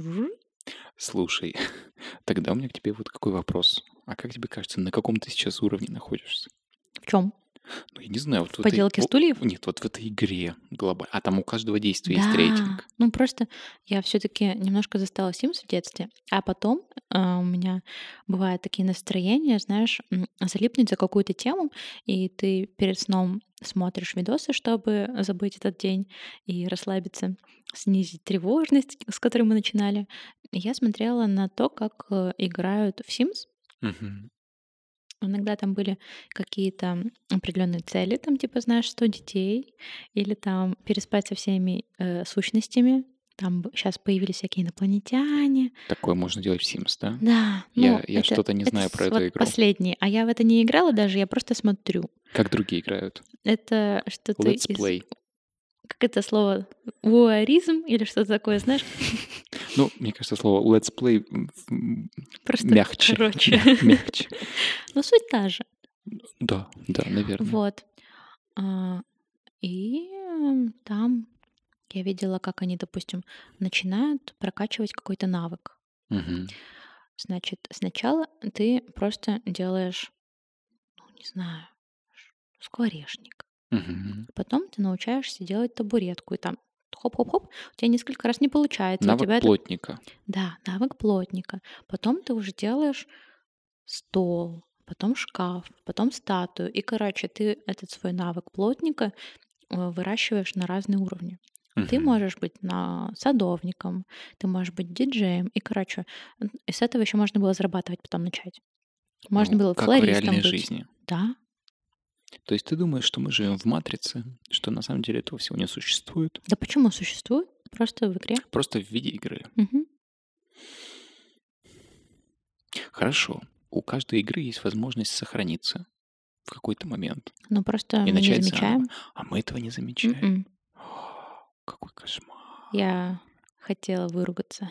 Слушай, тогда у меня к тебе вот какой вопрос. А как тебе кажется, на каком ты сейчас уровне находишься? в чем? Ну, я не знаю, вот В в этой... поделке стульев? Нет, вот в этой игре глобально. А там у каждого действия есть Да, рейтинг. ну просто я все-таки немножко застала Sims в детстве, а потом у меня бывают такие настроения, знаешь, залипнуть за какую-то тему, и ты перед сном смотришь видосы, чтобы забыть этот день и расслабиться, снизить тревожность, с которой мы начинали. И я смотрела на то, как играют в Sims. Мгм. Иногда там были какие-то определенные цели, там типа, знаешь, 100 детей, или там переспать со всеми сущностями. Там сейчас появились всякие инопланетяне. Такое можно делать в Sims, да? Да, ну Я что-то не знаю про эту вот игру. последние. А я в это не играла даже, я просто смотрю. Как другие играют? Это что-то Let's из... play. Как это слово? Вуаризм или что-то такое, знаешь? Ну, мне кажется, слово let's play Просто мягче. короче. Мягче. Но суть та же. Да, да, наверное. Вот. А, И там я видела, как они, допустим, начинают прокачивать какой-то навык. Мгм. Значит, сначала ты просто делаешь, ну, не знаю, скворечник. Мгм. Потом ты научаешься делать табуретку. И там хоп-хоп-хоп, у тебя несколько раз не получается. У Навык тебя это, плотника. да, навык плотника. Потом ты уже делаешь стол, потом шкаф, потом статую. И, короче, ты этот свой навык плотника выращиваешь на разные уровни. Ты Мгм. можешь быть садовником, ты можешь быть диджеем. И, короче, и с этого еще можно было зарабатывать, потом начать. Можно Ну, было как в флористом реальной быть. жизни. Да, То есть ты думаешь, что мы живем в матрице, что на самом деле этого всего не существует, да почему существует? Просто в игре. просто в виде игры. Мгм. Хорошо. У каждой игры есть возможность сохраниться в какой-то момент Но просто и мы не начать заново. замечаем. А мы этого не замечаем. М-м. Какой кошмар. Я хотела выругаться.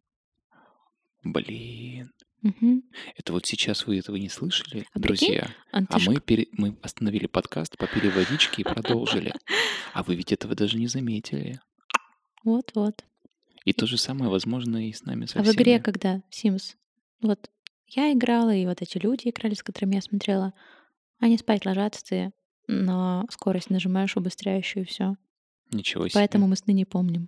Блин. Мгм. Это вот сейчас вы этого не слышали, А прикинь, друзья, ты а ж... мы остановили подкаст, попили водички и продолжили. А вы ведь этого даже не заметили. Вот-вот. И то же самое возможно и с нами со А в игре, всеми. когда Sims, вот я играла, и вот эти люди играли, с которыми я смотрела, они спать ложатся, ты на скорость нажимаешь убыстряющую, и все. Ничего себе. Поэтому мы сны не помним.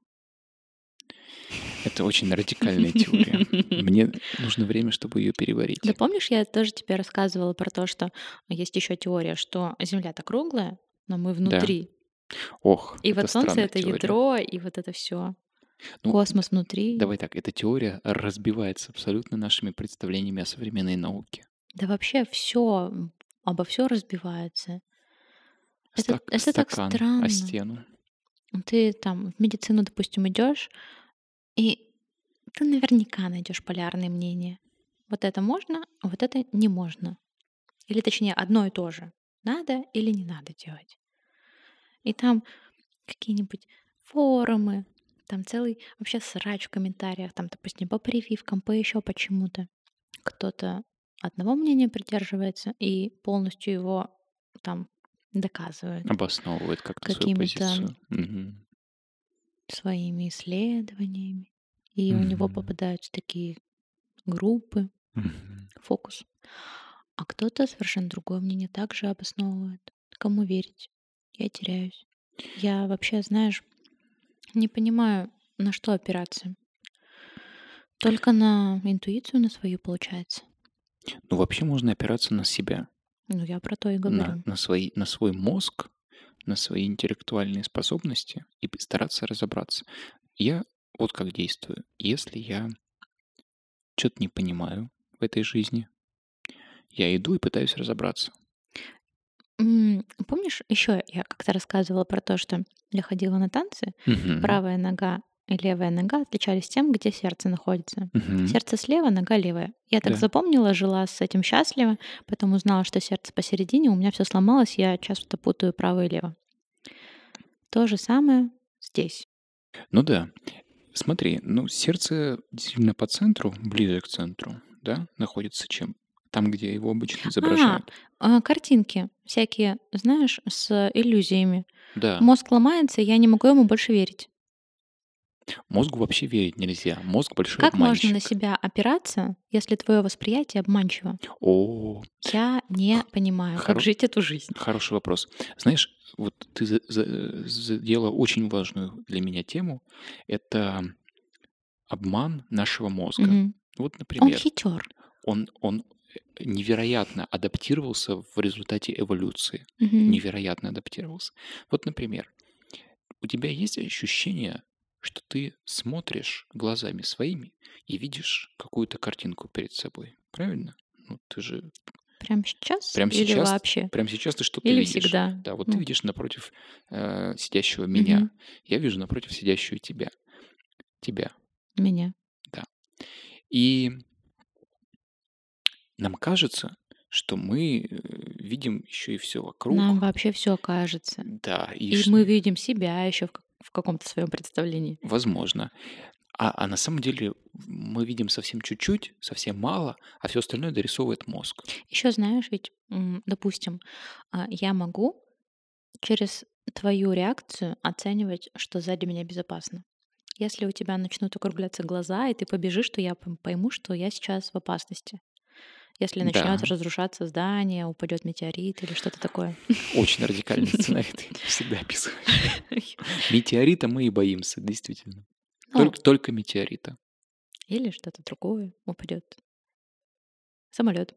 Это очень радикальная теория. Мне нужно время, чтобы ее Да переварить. помнишь, я тоже тебе рассказывала про то, что есть еще теория, что Земля-то круглая, но мы Да. внутри. Ох, И это вот Солнце — странная это теория. ядро, и вот это все. Ну, Космос внутри. давай так, эта теория разбивается абсолютно нашими представлениями о современной науке. Да вообще все обо все разбивается. Это так Стакан о странно. стену. Ты там в медицину, допустим, идешь, и ты наверняка найдешь полярные мнения. Вот это можно, а вот это не можно. Или точнее, одно и то же. Надо или не надо делать. И там какие-нибудь форумы, там целый вообще срач в комментариях, там, допустим, по прививкам, по еще почему-то. Кто-то одного мнения придерживается и полностью его там доказывает Обосновывает как-то свою какими-то позицию. Мгм. своими исследованиями. И у него Мгм. попадаются такие группы, Мгм. фокус. А кто-то совершенно другое мнение также обосновывает. Кому верить? Я теряюсь. Я вообще, знаешь, не понимаю, на что опираться. Только на интуицию на свою, получается. Ну, вообще можно опираться на себя, Ну, я про то и на, говорю. на, свои, на свой мозг, на свои интеллектуальные способности и стараться разобраться. Я вот как действую. Если я что-то не понимаю в этой жизни, Я иду и пытаюсь разобраться. Помнишь, еще я как-то рассказывала про то, что я ходила на танцы, Мгм. правая нога и левая нога отличались тем, где сердце находится. Мгм. Сердце слева, нога левая. Я так Да. запомнила, жила с этим счастливо, потом узнала, что сердце посередине, у меня все сломалось, я часто путаю право и лево. То же самое здесь. Ну да. Смотри, ну, сердце действительно по центру, ближе к центру, да, находится, чем там, где его обычно А, изображают. картинки всякие, знаешь, с иллюзиями. Да, Мозг ломается, и я не могу ему больше верить. мозгу вообще верить нельзя. Мозг большой Как можно на обманщик. себя опираться, если твое восприятие обманчиво? О, Я не х- понимаю, как хоро- жить эту жизнь. хороший вопрос. Знаешь, вот ты задела очень важную для меня тему. Это обман нашего мозга. Мгм. Вот, Он например, хитер. он невероятно адаптировался в результате эволюции. Мгм. Невероятно адаптировался. Вот, например, у тебя есть ощущение, что ты смотришь глазами своими и видишь какую-то картинку перед собой. Правильно? Ну, ты же Прямо сейчас прямо или сейчас, вообще? прямо сейчас ты что-то Или видишь. всегда? Да, вот ты Ну, видишь напротив сидящего мгм. меня. Я вижу напротив сидящую тебя. Тебя, Меня. да. И нам кажется, что мы видим еще и все Нам вокруг. вообще все кажется. Да, и И мы видим себя еще в каком-то своем представлении. возможно. А на самом деле мы видим совсем чуть-чуть, совсем мало, а все остальное дорисовывает мозг. Еще знаешь, ведь, допустим, я могу через твою реакцию оценивать, что сзади меня безопасно. Если у тебя начнут округляться глаза, и ты побежишь, то я пойму, что я сейчас в опасности. Если начнет Да, разрушаться здание, упадет метеорит или что-то такое. очень радикальный сценарий ты всегда описываешь. Метеорита мы и боимся, действительно. Ну, Только метеорита. или что-то другое упадет. Самолет,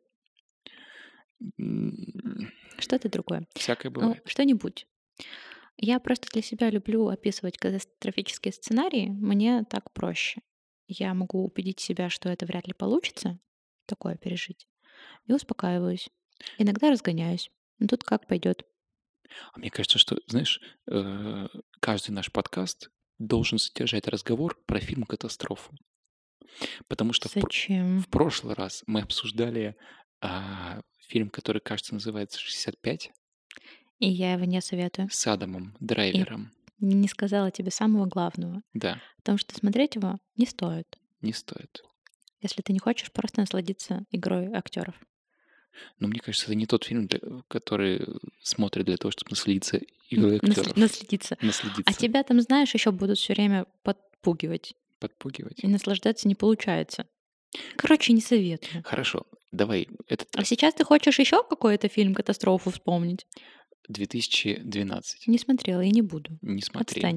М, что-то другое. Всякое Ну, бывает. что-нибудь. Я просто для себя люблю описывать катастрофические сценарии. Мне так проще. Я могу убедить себя, что это вряд ли получится, такое пережить, и успокаиваюсь. Иногда разгоняюсь. Ну, тут как пойдет. А мне кажется, что, знаешь, каждый наш подкаст должен содержать разговор про фильм «Катастрофу». Потому что Зачем? в прошлый раз мы обсуждали фильм, который, кажется, называется «65» И я его не советую. с Адамом И Драйвером. не сказала тебе самого главного. Да, Потому что смотреть его не стоит, не стоит. если ты не хочешь просто насладиться игрой актеров. Но мне кажется, это не тот фильм, который смотрят для того, чтобы насладиться игрой актеров. Наследиться. А Наследиться, тебя там, знаешь, еще будут все время подпугивать. подпугивать. И наслаждаться не получается. Короче, не советую. Хорошо, давай, этот А сейчас ты хочешь еще какой-то фильм «Катастрофу» вспомнить? 2012. Не смотрела и не буду. Не смотри. Отстань.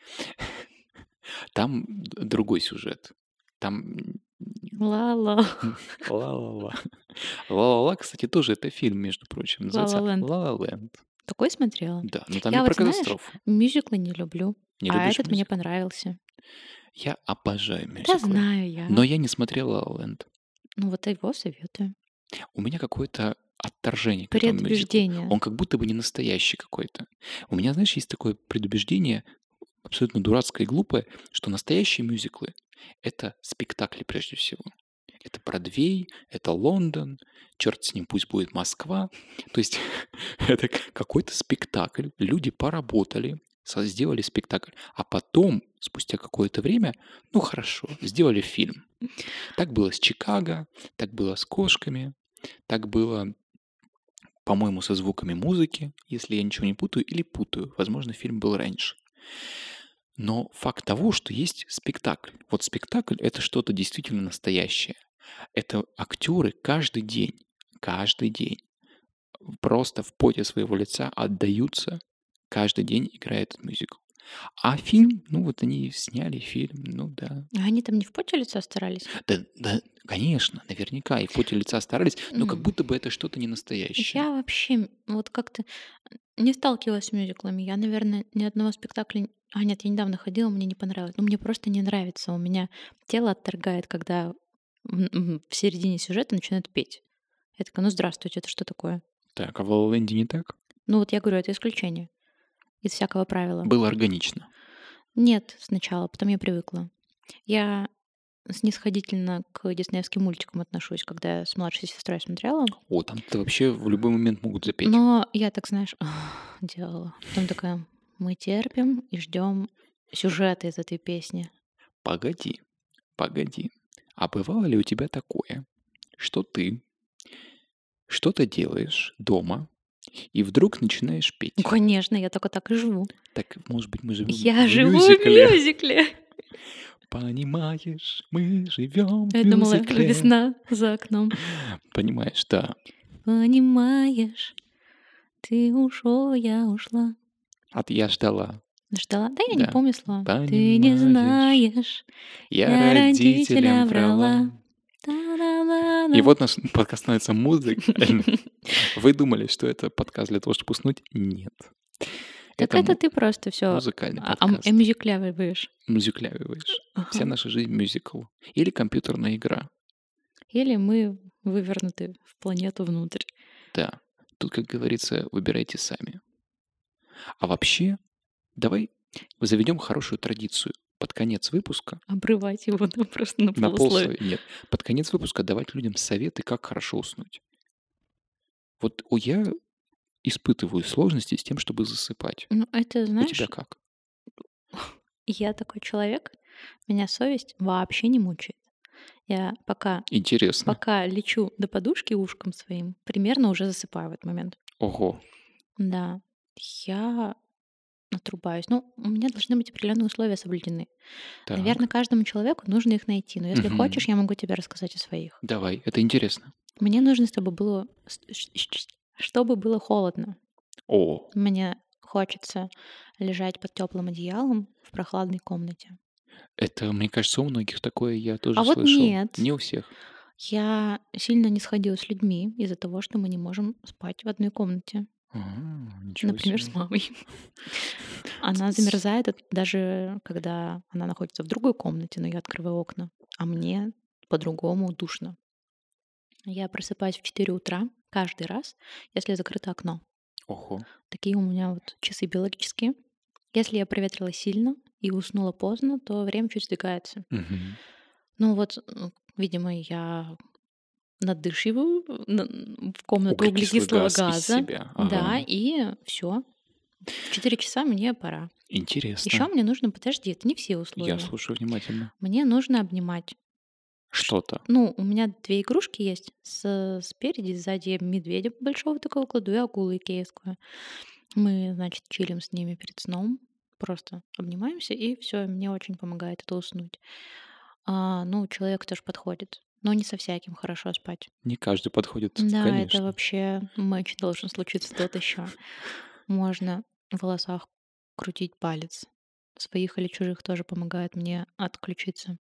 Там другой сюжет. Там Ла-ла. ла-ла-ла. Ла-ла-ла, кстати, тоже это фильм, между прочим. Называется Ла-ла-ленд. «Ла-ла Ленд». Такой смотрела. Да, но там не Я про вот, знаешь, катастрофу. мюзиклы не люблю. Не А любишь этот мне мюзикл? понравился. Я обожаю Да мюзиклы, знаю но я. я не смотрел «Ла Ла Ленд». Ну вот его советую. У меня какое-то отторжение к этому мюзиклу. Предубеждение. Он как будто бы не настоящий какой-то. У меня, знаешь, есть такое предубеждение, абсолютно дурацкое и глупое, что настоящие мюзиклы — это спектакли прежде всего. Это Бродвей, это Лондон, черт с ним, пусть будет Москва. То есть это какой-то спектакль. Люди поработали, сделали спектакль, а потом, спустя какое-то время, ну хорошо, сделали фильм. Так было с Чикаго, так было с кошками, так было, по-моему, со звуками музыки, если я ничего не путаю, или путаю. Возможно, фильм был раньше. Но факт того, что есть спектакль. Вот спектакль — это что-то действительно настоящее. Это актеры каждый день, просто в поте своего лица отдаются, каждый день играя этот мюзикл. А фильм, ну вот они сняли фильм, ну да. А они там не в поте лица старались? Да, да, конечно, наверняка и в поте лица старались, но как М. будто бы это что-то не настоящее. Я вообще вот как-то не сталкивалась с мюзиклами. Я, наверное, ни одного спектакля... А, нет, я недавно ходила, мне не понравилось. Ну, мне просто не нравится. У меня тело отторгает, когда в середине сюжета начинают петь. Я такая, ну здравствуйте, это что такое? Так, а в La La Land не так? Ну вот я говорю, это исключение из всякого правила. Было органично. Нет, сначала, потом я привыкла. Я снисходительно к диснеевским мультикам отношусь, когда я с младшей сестрой смотрела. О, там-то вообще в любой момент могут запеть. Но я так, знаешь, делала. Потом такая, мы терпим и ждем сюжета из этой песни. Погоди, погоди. А бывало ли у тебя такое, что ты что-то делаешь дома и вдруг начинаешь Ну, петь? конечно, я только так и живу. Так, может быть, мы живем Я в живу в мюзикле? мюзикле. Понимаешь, мы живем в Я думала, мюзикле. весна за окном. Понимаешь, да. Понимаешь, ты ушел, я ушла. Я ждала. Ждала? Да я не Да. помню слова. Ты Понимаешь, не знаешь, я родителям врала. Та-да-да-да. И вот наш подкаст становится музыкальным. Вы думали, что это подкаст для того, чтобы уснуть? Нет. Так Это это ты просто все музыкальный подкаст. эмюзиклявываешь. Мюзиклявиваешь. Вся Ага. наша жизнь мюзикл. Или компьютерная игра. Или мы вывернуты в планету внутрь. Да. Тут, как говорится, выбирайте сами. А вообще, давай заведем хорошую традицию. Под конец выпуска, Обрывать его просто на на полусловие. полсловия, нет, под конец выпуска давать людям советы, как хорошо уснуть. Вот я испытываю сложности с тем, чтобы засыпать. Ну, это, У тебя знаешь, как? я такой человек, меня совесть вообще не мучает. Я Интересно. пока лечу до подушки ушком своим, примерно уже засыпаю в этот момент. Ого. Да, я отрубаюсь. Ну, у меня должны быть определенные условия соблюдены. Наверное, Так. каждому человеку нужно их найти. Но если Мгм. хочешь, я могу тебе рассказать о своих. Давай, это интересно. Мне нужно, чтобы было холодно. О, Мне хочется лежать под теплым одеялом в прохладной комнате. это, мне кажется, у многих такое я тоже А вот слышал. нет. Не у всех. Я сильно не сходила с людьми из-за того, что мы не можем спать в одной комнате. Ничего Например, себе. с мамой. Она С- замерзает, даже когда она находится в другой комнате, но я открываю окна, а мне по-другому душно. Я просыпаюсь в 4 утра каждый раз, если закрыто окно. Ого. Такие у меня вот часы биологические. Если я проветрила сильно и уснула поздно, то время чуть сдвигается. Мгм. Ну вот, видимо, я надышиваю в комнату Углекислый углекислого газ из газа. себя. Да, Ага. и все. В 4 часа мне пора. Еще Интересно. мне нужно, подожди, это не все Я условия. слушаю внимательно. Мне нужно обнимать. Что-то. Ну, у меня 2 игрушки есть. Спереди, сзади я медведя большого такого кладу и акулу икеевскую. Мы, значит, чилим с ними перед сном. Просто обнимаемся, и все, мне очень помогает это уснуть. Ну, человек тоже подходит. Но не со всяким хорошо спать. Не каждый подходит, Да, это конечно. вообще матч должен случиться тот еще. Можно в волосах крутить палец. Своих или чужих тоже помогает мне отключиться.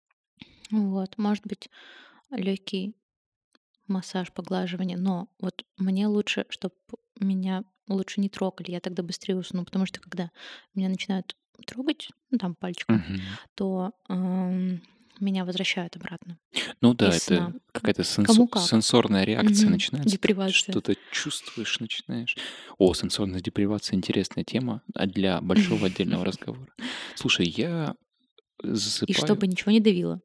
Вот, может быть, легкий массаж, поглаживание, но вот мне лучше, чтобы меня лучше не трогали, я тогда быстрее усну, потому что когда меня начинают трогать, ну, там пальчиком, Мгм. то меня возвращают обратно Ну да, из сна. это какая-то Кому как. сенсорная реакция Мгм. начинается. Ты Депривация. что-то чувствуешь, начинаешь. О, сенсорная депривация — интересная тема для большого отдельного разговора. Слушай, я И засыпаю чтобы ничего не давило.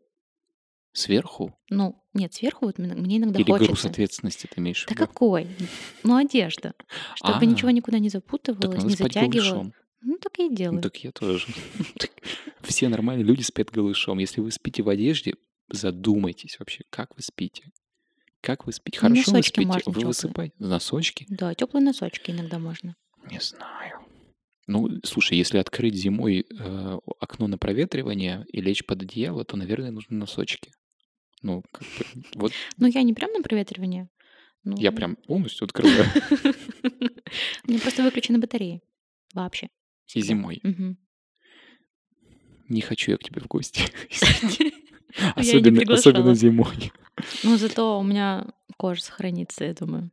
сверху Ну, нет, сверху вот мне иногда или груз хочется. ответственности ты имеешь в Да виду? какой? Ну, одежда. Чтобы ничего А, никуда не так запутывалось, надо не спать затягивало. голышом. Ну, так и Ну, делаю. так я тоже. Так все нормальные люди спят голышом. Если вы спите в одежде, задумайтесь вообще, как вы спите. Как вы спите? Ну, Хорошо вы носочки спите? можно Вы теплые. высыпаете? Носочки? Да, теплые носочки иногда можно. Не знаю. Ну, слушай, если открыть зимой окно на проветривание и лечь под одеяло, то, наверное, нужны носочки. Ну, как бы, вот Ну, я не прям на проветривание. я Ну, прям полностью открываю. у меня просто выключены батареи. Вообще. И Всегда. зимой. Мгм. Не хочу я к тебе в гости. Ну, я и не Особенно приглашала. зимой. Но зато у меня кожа сохранится, я думаю.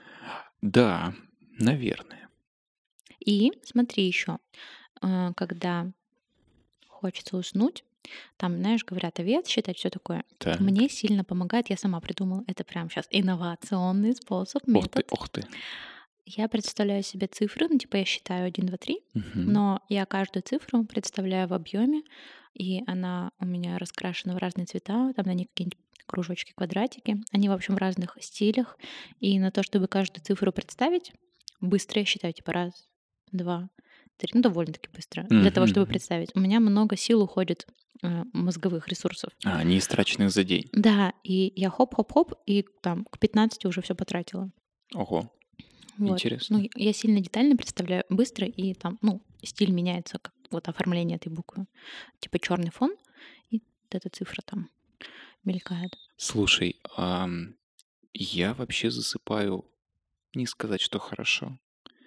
Да, наверное. И смотри еще, когда хочется уснуть, Там, знаешь, говорят овец считать, все такое. Так. Мне сильно помогает, я сама придумала, это прям сейчас инновационный способ, Ух ты, метод. ух ты. Я представляю себе цифры, ну, типа я считаю 1, 2, 3, Мгм. но я каждую цифру представляю в объеме, и она у меня раскрашена в разные цвета, там на ней какие-нибудь кружочки, квадратики. Они, в общем, в разных стилях. И на то, чтобы каждую цифру представить, быстро я считаю, типа раз, два, три, ну, довольно-таки быстро. Для того, чтобы Мгм. представить. У меня много сил уходит, мозговых ресурсов. Не истраченных за день. Да, и я хоп-хоп-хоп, и там к 15 уже все потратила. Ого, Вот. Ну, интересно. я сильно детально представляю, быстро, и там, ну, стиль меняется, как вот оформление этой буквы. Типа черный фон, и вот эта цифра там мелькает. Слушай, я вообще засыпаю, не сказать, что хорошо.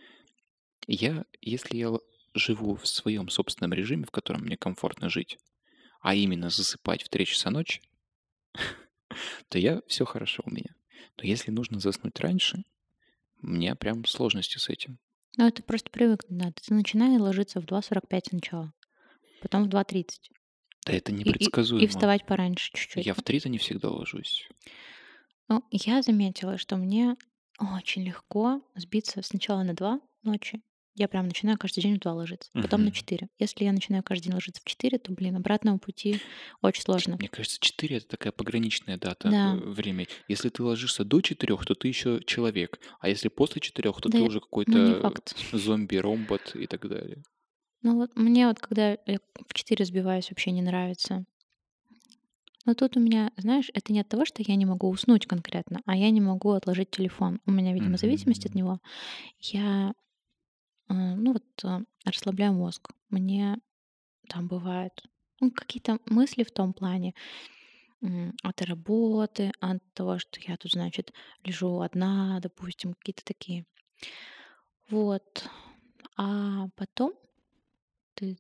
Если я живу в своем собственном режиме, в котором мне комфортно жить, а именно засыпать в 3 часа ночи, то все хорошо у меня. Но если нужно заснуть раньше, у меня прям сложности с этим. Ну, это просто привыкнуть надо. Ты начинай ложиться в 2:45 сначала, потом в 2:30. Да это И непредсказуемо. вставать пораньше чуть-чуть. Я в 3-то не всегда ложусь. Ну, я заметила, что мне очень легко сбиться сначала на 2 ночи. Я прям начинаю каждый день в 2 ложиться, потом на Мгм. 4. Если я начинаю каждый день ложиться в 4, то, блин, обратного пути очень сложно. Мне кажется, 4 это такая пограничная дата, Да, время. Если ты ложишься до 4, то ты еще человек, а если после 4, то да, ты уже ну не какой-то факт. зомби, робот и так далее. Ну вот мне вот, когда я в 4 сбиваюсь, вообще не нравится. Но тут у меня, знаешь, это не от того, что я не могу уснуть конкретно, а я не могу отложить телефон. У меня, видимо, зависимость от Мгм. него. Я, ну вот, расслабляю мозг. Мне там бывают, ну, какие-то мысли в том плане, от работы, от того, что я тут, значит, лежу одна, допустим, какие-то такие. Вот. А потом ты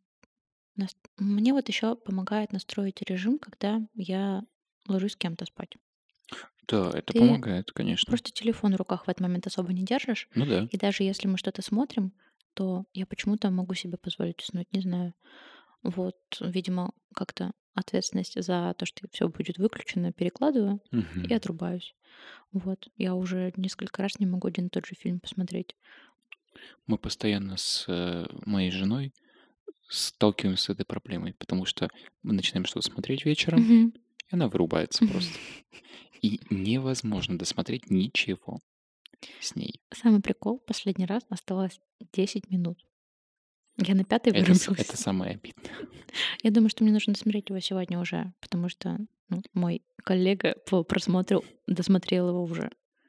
мне вот еще помогает настроить режим, когда я ложусь с кем-то спать. Да, это Ты помогает, конечно. просто телефон в руках в этот момент особо не держишь, Ну да. и даже если мы что-то смотрим, то я почему-то могу себе позволить уснуть, не знаю. Вот, видимо, как-то ответственность за то, что все будет выключено, перекладываю и Мгм. отрубаюсь. Вот. Я уже несколько раз не могу один и тот же фильм посмотреть. Мы постоянно с моей женой сталкиваемся с этой проблемой, потому что мы начинаем что-то смотреть вечером, Мгм. и она вырубается просто. И невозможно досмотреть ничего с ней. Самый прикол, последний раз осталось 10 минут. Я на пятой Это вырубилась. самое обидное. Я думаю, что мне нужно смотреть его сегодня уже, потому что, ну, мой коллега по просмотру досмотрел его уже.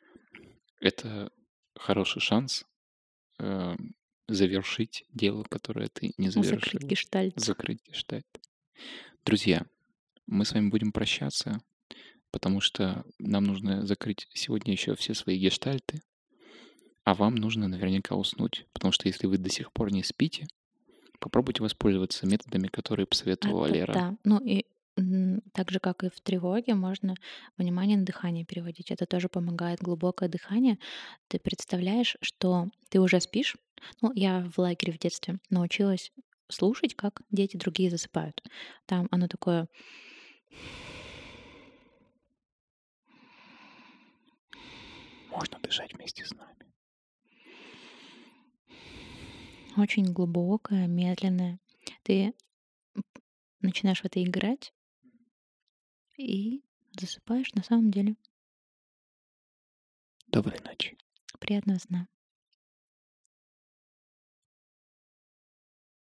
Это хороший шанс э, завершить дело, которое ты не Закрыть завершила. гештальт. Закрыть гештальт. Друзья, мы с вами будем прощаться, потому что нам нужно закрыть сегодня еще все свои гештальты, а вам нужно наверняка уснуть, потому что если вы до сих пор не спите, попробуйте воспользоваться методами, которые посоветовала Это Лера. да. Ну и, так же, как и в тревоге, можно внимание на дыхание переводить. Это тоже помогает. Глубокое дыхание. Ты представляешь, что ты уже спишь. Ну, я в лагере в детстве научилась слушать, как дети другие засыпают. Там оно такое Можно дышать вместе с нами. очень глубокое, медленное. Ты начинаешь в это играть и засыпаешь на самом деле. Доброй ночи. Приятного сна.